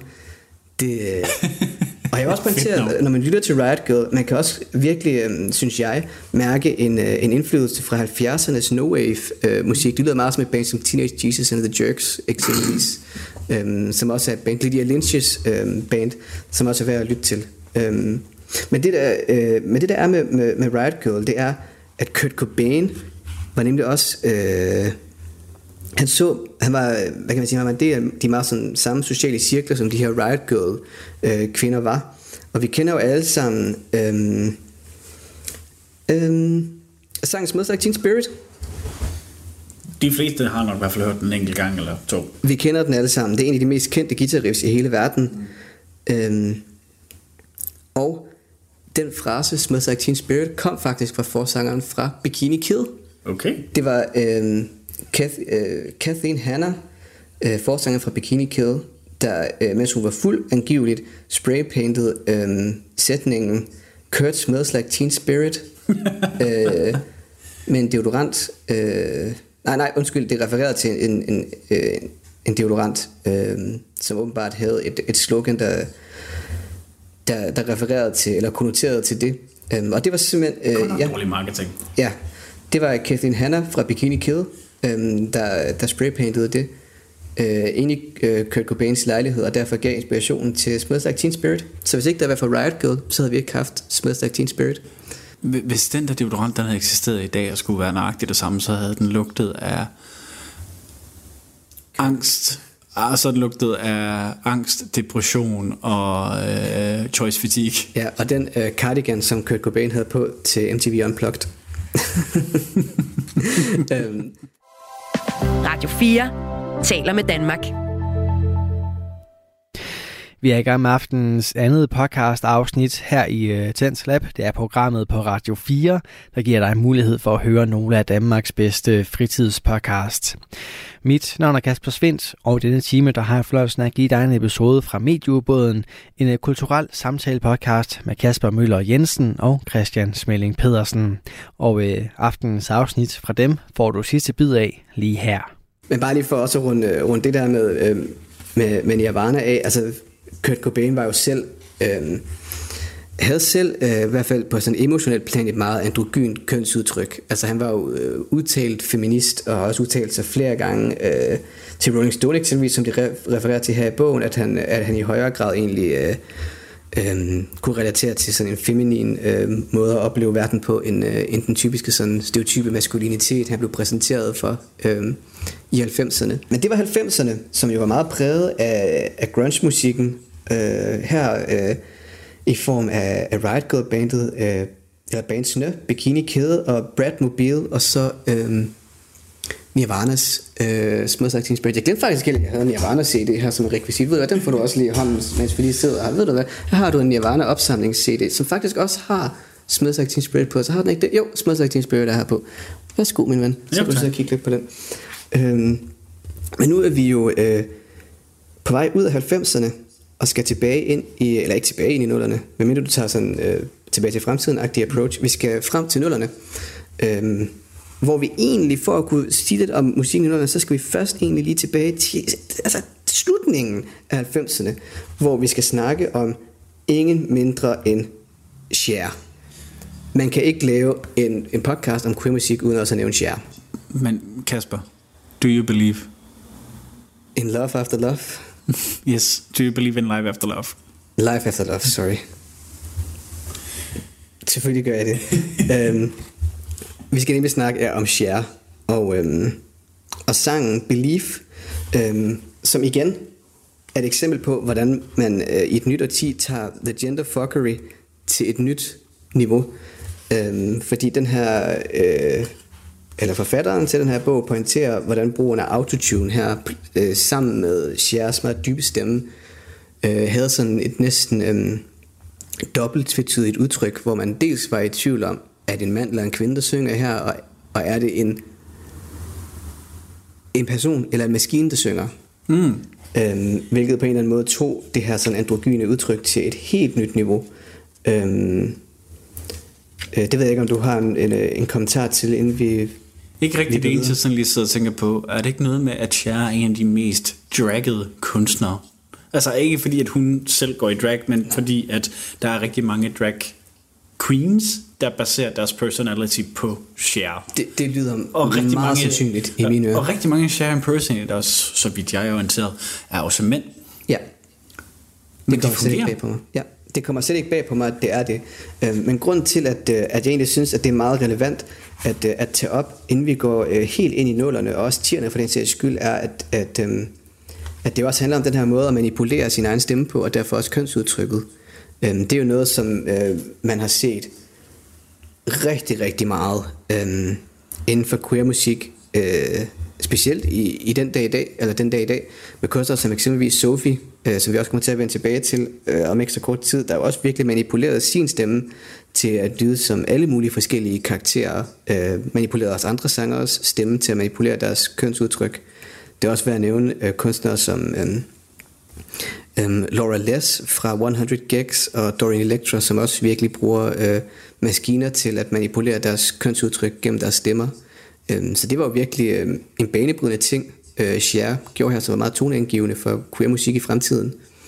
Og jeg vil også pointere, når man lytter til Riot Girl, man kan også virkelig, synes jeg, mærke en indflydelse fra 70'ernes no wave musik. Det lyder meget som et band som Teenage Jesus and the Jerks eksempelvis, som også er et band, Lydia Lynch's band, som også er værd at lytte til. Men det der er med Riot Girl, det er, at Kurt Cobain var nemlig også han var, hvad kan man sige, han var en del af de meget sådan samme sociale cirkler, som de her Riot Girl kvinder var. Og vi kender jo alle sammen Sangen Smells Like Teen Spirit. De fleste har nok i hvert fald hørt den en enkelt gang eller to. Vi kender den alle sammen. Det er en af de mest kendte guitar-riffs i hele verden. Og den frase, Smells Like Teen Spirit, kom faktisk fra forsangeren fra Bikini Kill. Okay. Det var Kathleen Hanna, forsangeren fra Bikini Kill, der, mens hun var fuld, angiveligt spraypainted sætningen Kurt smells like Teen Spirit med en deodorant. Undskyld, det refererede til en deodorant, som åbenbart havde et slogan, der refererede til, eller konnoterede til det. Og det var simpelthen... dårlig marketing. Ja, det var Kathleen Hanna fra Bikini Kill, der spraypaintede det inde i Kurt Cobains lejlighed, og derfor gav inspirationen til Smells Like Teen Spirit. Så hvis ikke der var for Riot Girl, så havde vi ikke haft Smells Like Teen Spirit. Hvis den der deodorant, den havde eksisteret i dag og skulle være nøjagtigt det samme, så havde den lugtet af angst. Så den lugtede af angst, depression og choice fatigue. Ja, og den cardigan, som Kurt Cobain havde på til MTV Unplugged. Radio 4 taler med Danmark. Vi er i gang med aftenens andet podcast-afsnit her i Tens Lab. Det er programmet på Radio 4, der giver dig mulighed for at høre nogle af Danmarks bedste fritidspodcasts. Mit navn er Kasper Svindt, og i denne time der har jeg fornøjelsen af at give dig en episode fra Medieubåden, en kulturel samtale-podcast med Kasper Møller Jensen og Christian Smelling Pedersen. Og aftenens afsnit fra dem får du sidste bid af lige her. Men bare lige for også at runde det der med Nirvana af, altså Kurt Cobain var jo selv, havde selv i hvert fald på sådan en emotionelt plan et meget androgyn kønsudtryk. Altså han var jo udtalt feminist, og har også udtalt sig flere gange til Rolling Stone eksempelvis, som de refererer til her i bogen, at han i højere grad egentlig kunne relatere til sådan en feminin måde at opleve verden på, end den typiske sådan stereotype maskulinitet, han blev præsenteret for i 90'erne. Men det var 90'erne, som jo var meget præget af grunge-musikken, her i form af Riot Girl bandet, eller bandsene, Bikini Kill og Bradmobile, og så Nirvanas Smells Like Teen Spirit. Jeg glemte faktisk, at jeg havde en Nirvana CD her som rekvisit. Ved du hvad, den får du også lige i hånden, mens vi lige sidder her. Ved du hvad, her har du en Nirvana opsamlings CD, som faktisk også har Smells Like Teen Spirit på. Så har den ikke det? Jo, Smells Like Teen Spirit er her på. Værsgo, min ven. Så kan du sidde og kigge lidt på den. Men nu er vi jo på vej ud af 90'erne og skal tilbage ind i, eller ikke tilbage ind i nullerne, medmindre du tager sådan tilbage til fremtiden-agtig approach. Vi skal frem til nullerne, hvor vi egentlig, for at kunne sige lidt om musikken i nullerne, så skal vi først egentlig lige tilbage til slutningen af 90'erne, hvor vi skal snakke om ingen mindre end Cher. Man kan ikke lave en podcast om queer-musik uden også at nævne Cher. Men Kasper, do you believe in love after love? Yes, do you believe in life after love? Life after love, sorry. Selvfølgelig gør jeg det. Vi skal nemlig snakke om Cher og sangen Believe, som igen er et eksempel på, hvordan man i et nyt årti tager the gender fuckery til et nyt niveau. Fordi den her eller forfatteren til den her bog pointerer, hvordan brugen af autotune her sammen med Chers meget dybe stemme havde sådan et næsten dobbelt tvetydigt udtryk, hvor man dels var i tvivl om, er det en mand eller en kvinde, der synger her, og er det en person eller en maskine, der synger. Hvilket på en eller anden måde tog det her sådan androgyne udtryk til et helt nyt niveau. Det ved jeg ikke, om du har en kommentar til, inden vi... Ikke rigtig det eneste, sådan lige sidder og tænker på. Er det ikke noget med, at Cher er en af de mest draggede kunstnere? Altså ikke fordi, at hun selv går i drag, men fordi, at der er rigtig mange drag queens, der baserer deres personality på Cher. Det lyder meget sandsynligt i mine ører. Og rigtig mange Cher impersonators, så vidt jeg er orienteret, er også mænd. Ja. Men det fungerer. Bag på mig. Ja. Det kommer slet ikke bag på mig, at det er det. Men grunden til, at jeg egentlig synes, at det er meget relevant at tage op, inden vi går helt ind i nullerne, og også 10'erne for den sags skyld, er, at det også handler om den her måde at manipulere sin egen stemme på, og derfor også kønsudtrykket. Det er jo noget, som man har set rigtig, rigtig meget inden for queer musik, specielt i den dag i dag, med kunstnere som eksempelvis Sophie, som vi også kommer til at vende tilbage til om ikke så kort tid, der jo også virkelig manipuleret sin stemme til at lyde som alle mulige forskellige karakterer, manipulerede også andre sangers stemme til at manipulere deres kønsudtryk. Det er også værd at nævne kunstnere som Laura Les fra 100 Gex og Dorian Electra, som også virkelig bruger maskiner til at manipulere deres kønsudtryk gennem deres stemmer. Så det var jo virkelig en banebrydende ting, Cher gjorde her, som var meget toneangivende for queer musik i fremtiden.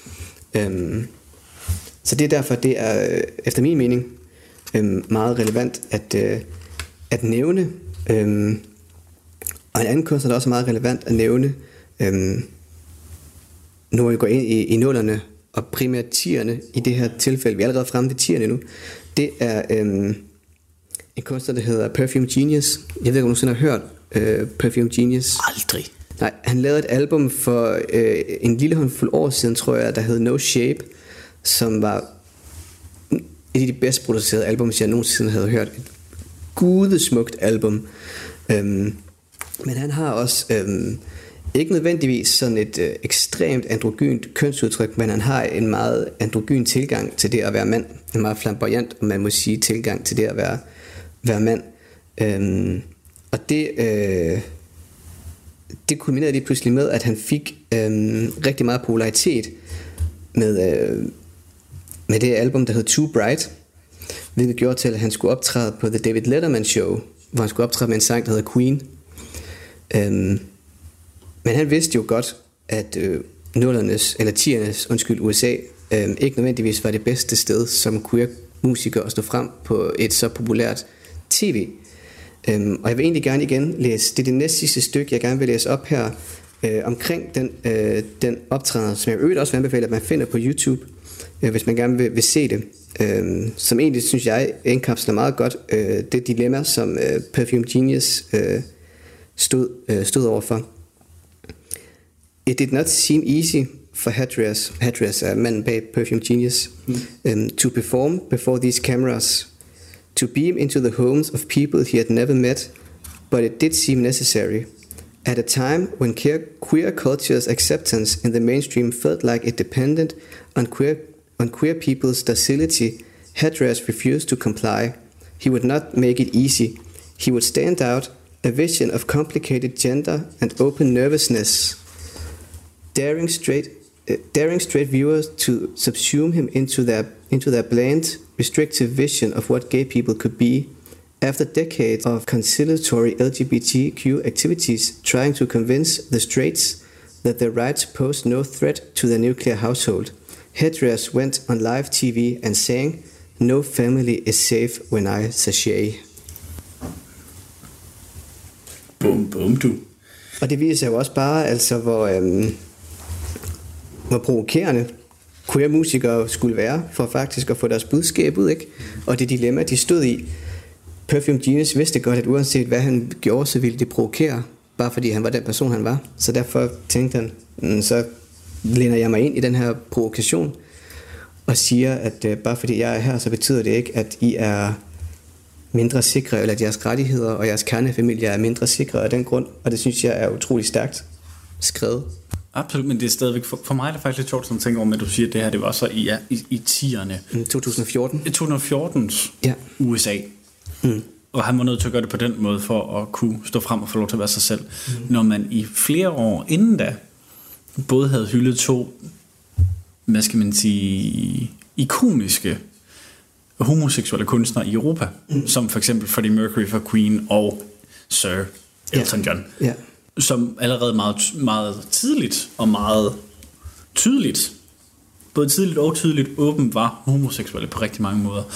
Så det er derfor, det er efter min mening meget relevant at nævne. Og en anden kunstner, der er også meget relevant at nævne, når vi går ind i nullerne, og primært 10'erne i det her tilfælde, vi er allerede fremme til 10'erne nu, det er en kunstner, der hedder Perfume Genius. Jeg ved ikke, om du nogensinde har hørt Perfume Genius. Aldrig. Nej, han lavede et album for en lille håndfuld år siden, tror jeg, der hed No Shape, som var et af de bedst producerede albums, jeg nogensinde havde hørt. Et gudesmukt album. Men han har også ikke nødvendigvis sådan et ekstremt androgynt kønsudtryk, men han har en meget androgyn tilgang til det at være mand. En meget flamboyant, om man må sige, tilgang til det at være mand. Og det kulminerede lige pludselig med, at han fik rigtig meget popularitet med det album, der hed Too Bright, hvilket gjorde til, at han skulle optræde på The David Letterman Show, hvor han skulle optræde med en sang, der hedder Queen. Men han vidste jo godt, at 10'ernes USA ikke nødvendigvis var det bedste sted som queer musiker at stå frem på et så populært tv. Og jeg vil egentlig gerne igen læse, det er det næst sidste stykke, jeg gerne vil læse op her, omkring den optræden, som jeg øvrigt også vil anbefale, at man finder på YouTube, hvis man gerne vil se det, som egentlig, synes jeg, indkapsler meget godt det dilemma, som Perfume Genius stod overfor. It did not seem easy for Hatteras er manden bag Perfume Genius, to perform before these cameras, to beam into the homes of people he had never met, but it did seem necessary. At a time when queer culture's acceptance in the mainstream felt like it depended on queer people's docility, Hatteras refused to comply. He would not make it easy. He would stand out, a vision of complicated gender and open nervousness, daring straight viewers to subsume him into their bland, restrictive vision of what gay people could be. After decades of conciliatory LGBTQ activities trying to convince the straights that their rights posed no threat to their nuclear household, Hatteras went on live TV and sang, "No family is safe when I sashay." Bum, bum, du. Og det viser jo også bare, altså, hvor provokerende queer musikere skulle være, for faktisk at få deres budskab ud, ikke? Og det dilemma, de stod i. Perfume Genius vidste godt, at uanset hvad han gjorde, så ville det provokere, bare fordi han var den person, han var. Så derfor tænkte han, så læner jeg mig ind i den her provokation, og siger, at bare fordi jeg er her, så betyder det ikke, at I er mindre sikre, eller at jeres rettigheder og jeres kernefamilie er mindre sikre af den grund. Og det synes jeg er utrolig stærkt skrevet. Absolut, men det er stadigvæk, for mig er det faktisk lidt sjovt, at tænke over, at du siger, at det her, det var så i 10'erne. 2014. 2014's USA. Og han var nødt til at gøre det på den måde, for at kunne stå frem og få lov til at være sig selv. Når man i flere år inden da, både havde hyldet to, hvad skal man sige, ikoniske homoseksuelle kunstnere i Europa, som for eksempel Freddie Mercury for Queen og Sir Elton John. Som allerede meget, meget tidligt og meget tydeligt, både tidligt og tydeligt, åbent var homoseksuelle på rigtig mange måder.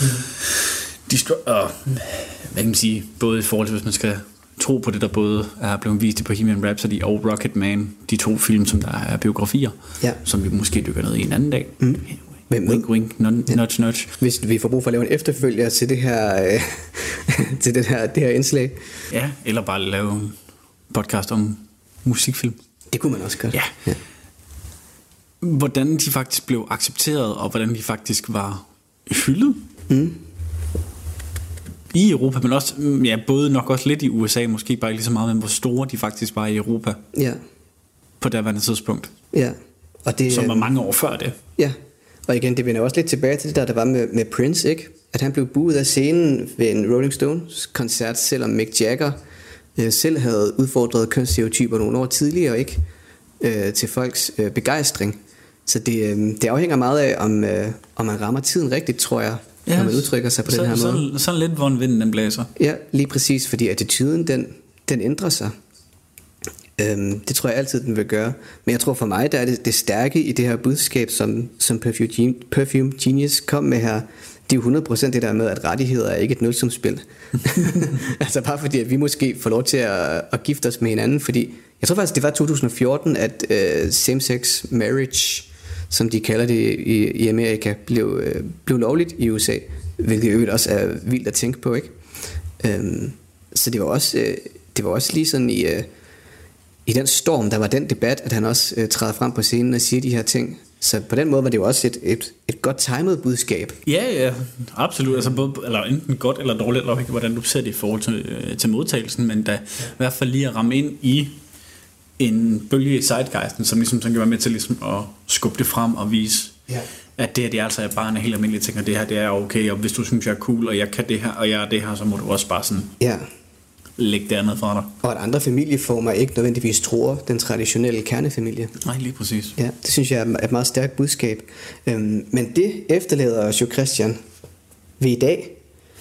Hvad kan man sige, både i forhold til, hvis man skal tro på det, der både er blevet vist i Bohemian Rhapsody og Rocketman, de to film, som der er biografier, som vi måske dykker ned i en anden dag. Wink, wink, nudge, nudge. Hvis vi får brug for at lave en efterfølger til det her, til det her indslag. Ja, eller bare lave en podcast om musikfilm. Det kunne man også gøre. Ja. Hvordan de faktisk blev accepteret, og hvordan de faktisk var hyldet. i Europa, men også både nok også lidt i USA, måske bare ikke lige så meget, men hvor store de faktisk var i Europa. Ja. På derværende tidspunkt. Ja. Og det, som var mange år før det. Ja. Og igen, det vender også lidt tilbage til det der var med Prince, ikke? At han blev buet af scenen ved en Rolling Stones koncert, selvom Mick Jagger selv havde udfordret kønsstereotyper nogle år tidligere, ikke? Til folks begejstring. Så det afhænger meget af, om man rammer tiden rigtigt, tror jeg, når man udtrykker sig på den her måde. Sådan lidt, hvor en vind den blæser. Ja, lige præcis, fordi attituden, den ændrer sig. Det tror jeg altid, den vil gøre. Men jeg tror for mig, der er det stærke i det her budskab, som Perfume Genius kom med her. Det er jo 100% det der med, at rettigheder er ikke et nulsumsspil. Altså bare fordi, at vi måske får lov til at gifte os med hinanden. Fordi jeg tror faktisk, det var 2014, at same-sex marriage, som de kalder det i Amerika, blev lovligt i USA. Hvilket jo også er vildt at tænke på, ikke? Så det var også lige sådan i den storm, der var den debat, at han også træder frem på scenen og siger de her ting. Så på den måde var det jo også et godt timet budskab. Ja, absolut. Altså både, eller enten godt eller dårligt, eller ikke hvordan du ser det i forhold til modtagelsen, men da i hvert fald lige at ramme ind i en bølge i zeitgeisten, som ligesom kan være med til ligesom at skubbe det frem og vise, at det her altså er bare en helt almindelig ting, og det her det er okay, og hvis du synes jeg er cool, og jeg kan det her, og jeg er det her, så må du også bare sådan lægge det andet fra dig. Og at andre familieformer ikke nødvendigvis tror den traditionelle kernefamilie. Nej, lige præcis. Ja, det synes jeg er et meget stærkt budskab. Men det efterlader os jo, Christian, ved i dag.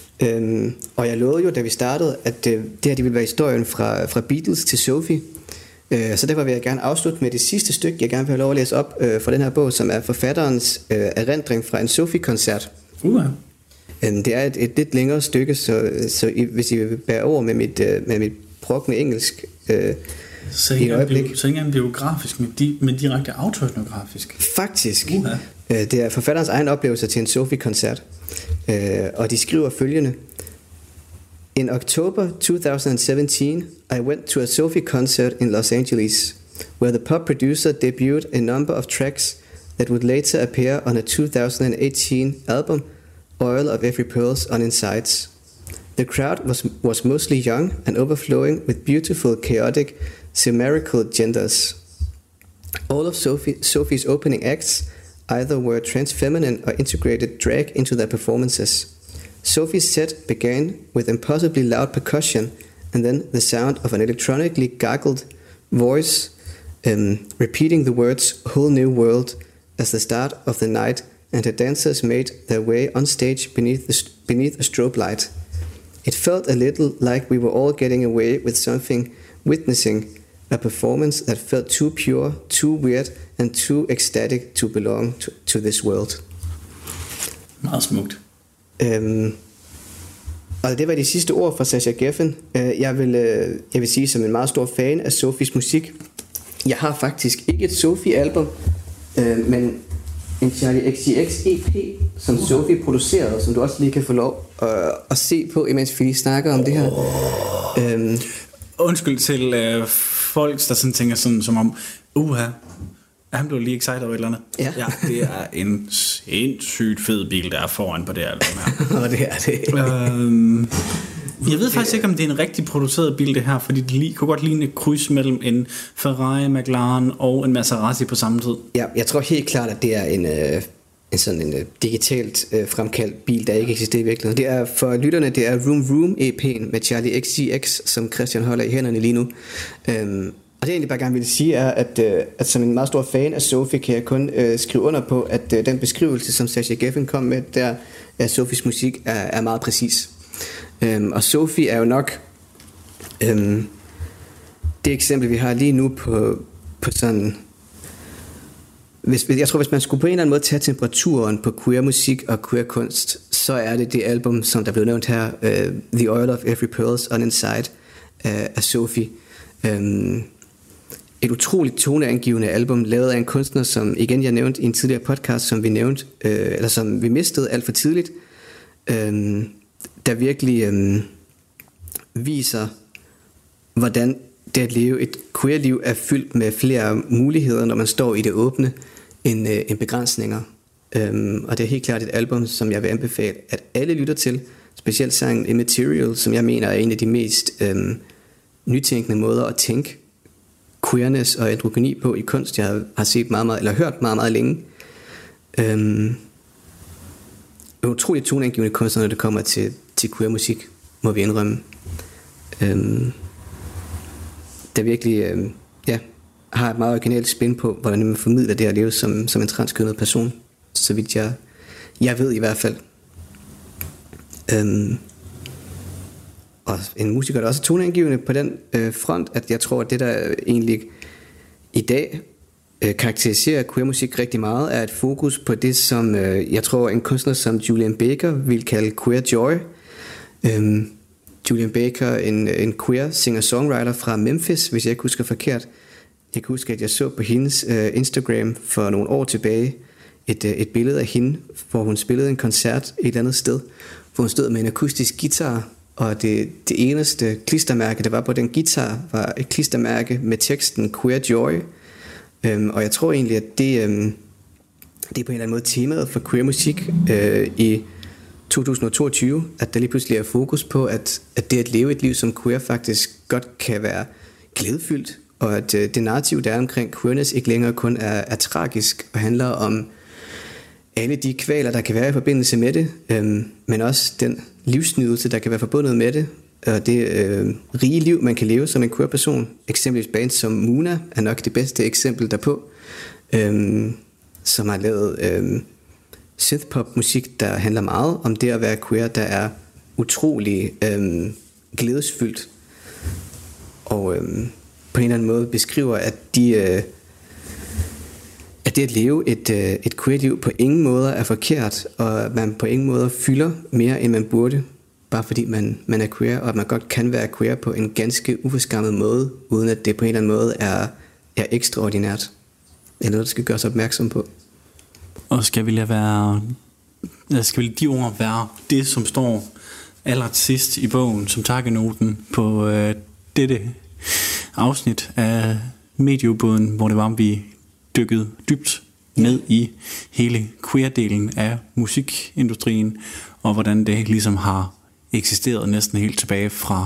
Og jeg lovede jo, da vi startede, at det her det ville være historien fra Beatles til Sophie. Så derfor vil jeg gerne afslutte med det sidste stykke, jeg gerne vil have lov at læse op fra den her bog, som er forfatterens erindring fra en Sophie-koncert. Det er et lidt længere stykke, så hvis I vil bære over med mit brokne engelsk så i et øjeblik. Så ikke engang biografisk, men direkte autoetnografisk. Faktisk. Det er forfatterens egen oplevelse til en Sophie-koncert. Og de skriver følgende. In October 2017, I went to a Sophie concert in Los Angeles, where the pop producer debuted a number of tracks that would later appear on a 2018 album, Oil of Every Pearl's on Insides. The crowd was mostly young and overflowing with beautiful, chaotic, symmetrical genders. All of Sophie's opening acts either were trans-feminine or integrated drag into their performances. Sophie's set began with impossibly loud percussion and then the sound of an electronically gargled voice repeating the words "Whole New World" as the start of the night, and the dancers made their way on stage beneath a strobe light. It felt a little like we were all getting away with something, witnessing a performance that felt too pure, too weird, and too ecstatic to belong to this world. Meget smukt. Og det var de sidste ord fra Sascha Geffen. Jeg vil sige, som en meget stor fan af Sophies musik. Jeg har faktisk ikke et Sophie-album, men en Charli XCX EP, som Sophie producerede, som du også lige kan få lov at se på, imens vi snakker om det her. Undskyld til folk, der sådan tænker sådan som om, han blev lige excited over et eller andet. Ja, det er en sindssygt fed bil, der er foran på det album her. Og det er det. Jeg ved faktisk ikke, om det er en rigtig produceret bil, det her, fordi det kunne godt ligne et kryds mellem en Ferrari, McLaren og en Maserati på samme tid. Ja, jeg tror helt klart, at det er en digitalt fremkaldt bil, der ikke eksisterer i virkeligheden. Det er for lytterne, det er Room Room EP'en med Charli XCX, som Christian holder i hænderne lige nu. Og det jeg egentlig bare gerne vil sige er, at som en meget stor fan af Sophie, kan jeg kun skrive under på, at den beskrivelse, som Sascha Geffen kom med, der af Sophies musik, er meget præcis. Og Sophie er jo nok det eksempel, vi har lige nu på sådan... Jeg tror, hvis man skulle på en eller anden måde tage temperaturen på queer musik og queer kunst, så er det album, som der blev nævnt her, The Oil of Every Pearl's on Inside af Sophie. Et utroligt toneangivende album, lavet af en kunstner, som igen jeg nævnte i en tidligere podcast, som vi nævnte, eller som vi mistede alt for tidligt, der virkelig viser, hvordan det at leve et queer-liv er fyldt med flere muligheder, når man står i det åbne, end begrænsninger. Og det er helt klart et album, som jeg vil anbefale, at alle lytter til, specielt sangen Immaterial, som jeg mener er en af de mest nytænkende måder at tænke queerness og androgyni på i kunst, jeg har set meget, eller hørt meget, meget længe. Utroligt toneangivende kunstner, når det kommer til queer musik, må vi indrømme. Der virkelig har et meget originalt spin på, hvordan man formidler det at leve som en transkønnet person, så vidt jeg ved i hvert fald. Og en musiker, der også er toneangivende på den front, at jeg tror, at det der egentlig i dag karakteriserer queer musik rigtig meget, er et fokus på det, som jeg tror en kunstner som Julien Baker vil kalde queer joy. Julien Baker, en queer singer-songwriter fra Memphis, hvis jeg ikke husker forkert. Jeg kan huske, at jeg så på hendes Instagram for nogle år tilbage et billede af hende, hvor hun spillede en koncert et eller andet sted, hvor hun stod med en akustisk guitar, og det eneste klistermærke, der var på den guitar, var et klistermærke med teksten Queer Joy. Og jeg tror egentlig, at det er på en eller anden måde temaet for queer musik i 2022, at der lige pludselig er fokus på, at det at leve et liv som queer faktisk godt kan være glædefyldt, og at det narrativ, der er omkring queerness, ikke længere kun er tragisk og handler om alle de kvaler, der kan være i forbindelse med det, men også den livsnydelse, der kan være forbundet med det, og det rige liv, man kan leve som en queer-person. Eksempelvis bands som Muna er nok det bedste eksempel derpå, som har lavet synthpop-musik, der handler meget om det at være queer, der er utrolig glædesfyldt, og på en eller anden måde beskriver, at at det at leve et queer-liv på ingen måde er forkert, og at man på ingen måde fylder mere, end man burde, bare fordi man er queer, og at man godt kan være queer på en ganske uforskammet måde, uden at det på en eller anden måde er ekstraordinært, eller noget, der skal gøres opmærksom på. Og skal vi de ord være det, som står allersidst i bogen, som takkenoten på dette afsnit af Medieubåden, hvor det var, vi dykkede dybt ned i hele queer-delen af musikindustrien, og hvordan det ligesom har eksisteret næsten helt tilbage fra,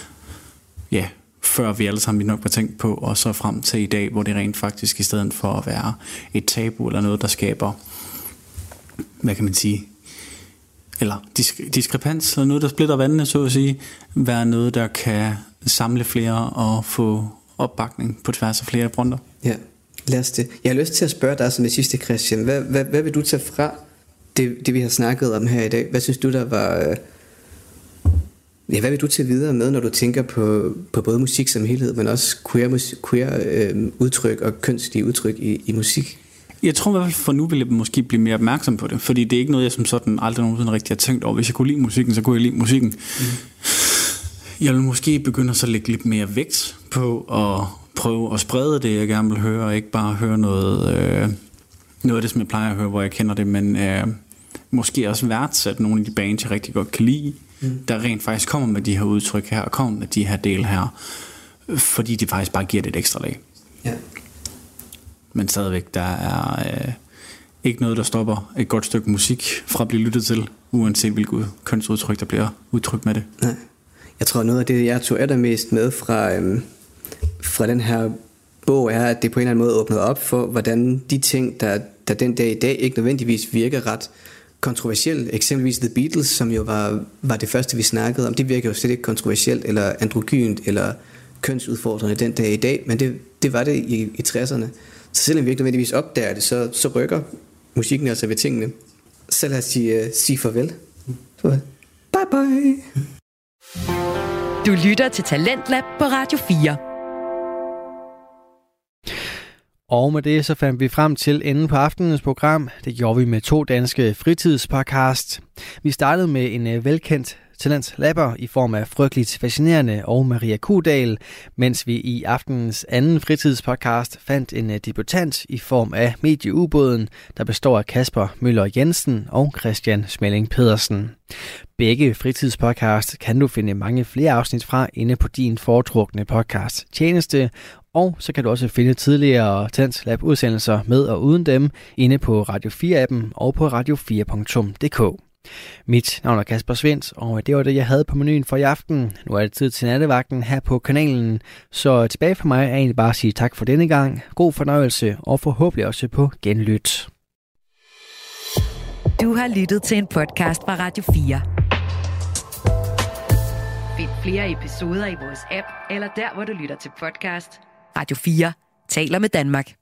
før vi alle sammen nok var tænkt på, og så frem til i dag, hvor det rent faktisk, i stedet for at være et tabu eller noget, der skaber, hvad kan man sige, eller diskrepans, eller noget, der splitter vandene, så at sige, være noget, der kan samle flere og få opbakning på tværs af flere fronter. Ja, lad os det. Jeg har lyst til at spørge dig som det sidste, Christian. Hvad vil du tage fra det, vi har snakket om her i dag? Hvad synes du, der var... hvad vil du tage videre med, når du tænker på både musik som helhed, men også queer udtryk og kønslige udtryk i musik? Jeg tror i hvert fald for nu vil jeg måske blive mere opmærksom på det, fordi det er ikke noget, jeg som sådan aldrig nogensinde rigtig har tænkt over. Hvis jeg kunne lide musikken, så kunne jeg lide musikken. Jeg vil måske begynde at så lægge lidt mere vægt på at prøve at sprede det, jeg gerne vil høre, og ikke bare høre noget af det, som jeg plejer at høre, hvor jeg kender det, men måske også værdsætte nogle af de bands, jeg rigtig godt kan lide, der rent faktisk kommer med de her udtryk her, og kommer med de her dele her, fordi det faktisk bare giver det et ekstra lag. Ja. Men stadigvæk, der er ikke noget, der stopper et godt stykke musik fra at blive lyttet til, uanset hvilket kønsudtryk, der bliver udtrykt med det. Nej. Jeg tror, noget af det, jeg tog allermest med fra den her bog, er, at det på en eller anden måde åbnede op for, hvordan de ting, der den dag i dag ikke nødvendigvis virker ret kontroversielt, eksempelvis The Beatles, som jo var det første, vi snakkede om, det virker jo slet ikke kontroversielt, eller androgynt, eller kønsudfordrende den dag i dag, men det var det i 60'erne. Så selvom vi ikke nødvendigvis opdager det, så rykker musikken altså ved tingene. Så lad os sige farvel. Bye bye. Du lytter til Talentlab på Radio 4. Og med det så fandt vi frem til enden på aftenens program. Det gjorde vi med 2 danske fritidspodcast. Vi startede med en velkendt talentlabber i form af Frygteligt Fascinerende og Maria Kudal, mens vi i aftenens anden fritidspodcast fandt en debutant i form af Medieubåden, der består af Kasper Møller Jensen og Christian Smelling Pedersen. Begge fritidspodcast kan du finde mange flere afsnit fra inde på din foretrukne podcast tjeneste, og så kan du også finde tidligere Talentlab udsendelser med og uden dem inde på Radio 4-appen og på radio4.dk. Mit navn er Kasper Svendt, og det var det, jeg havde på menuen for i aften. Nu er det tid til nattevagten her på kanalen, så tilbage for mig er egentlig bare at sige tak for denne gang. God fornøjelse, og forhåbentlig også på genlyt. Du har lyttet til en podcast fra Radio 4. Find flere episoder i vores app, eller der, hvor du lytter til podcast. Radio 4 taler med Danmark.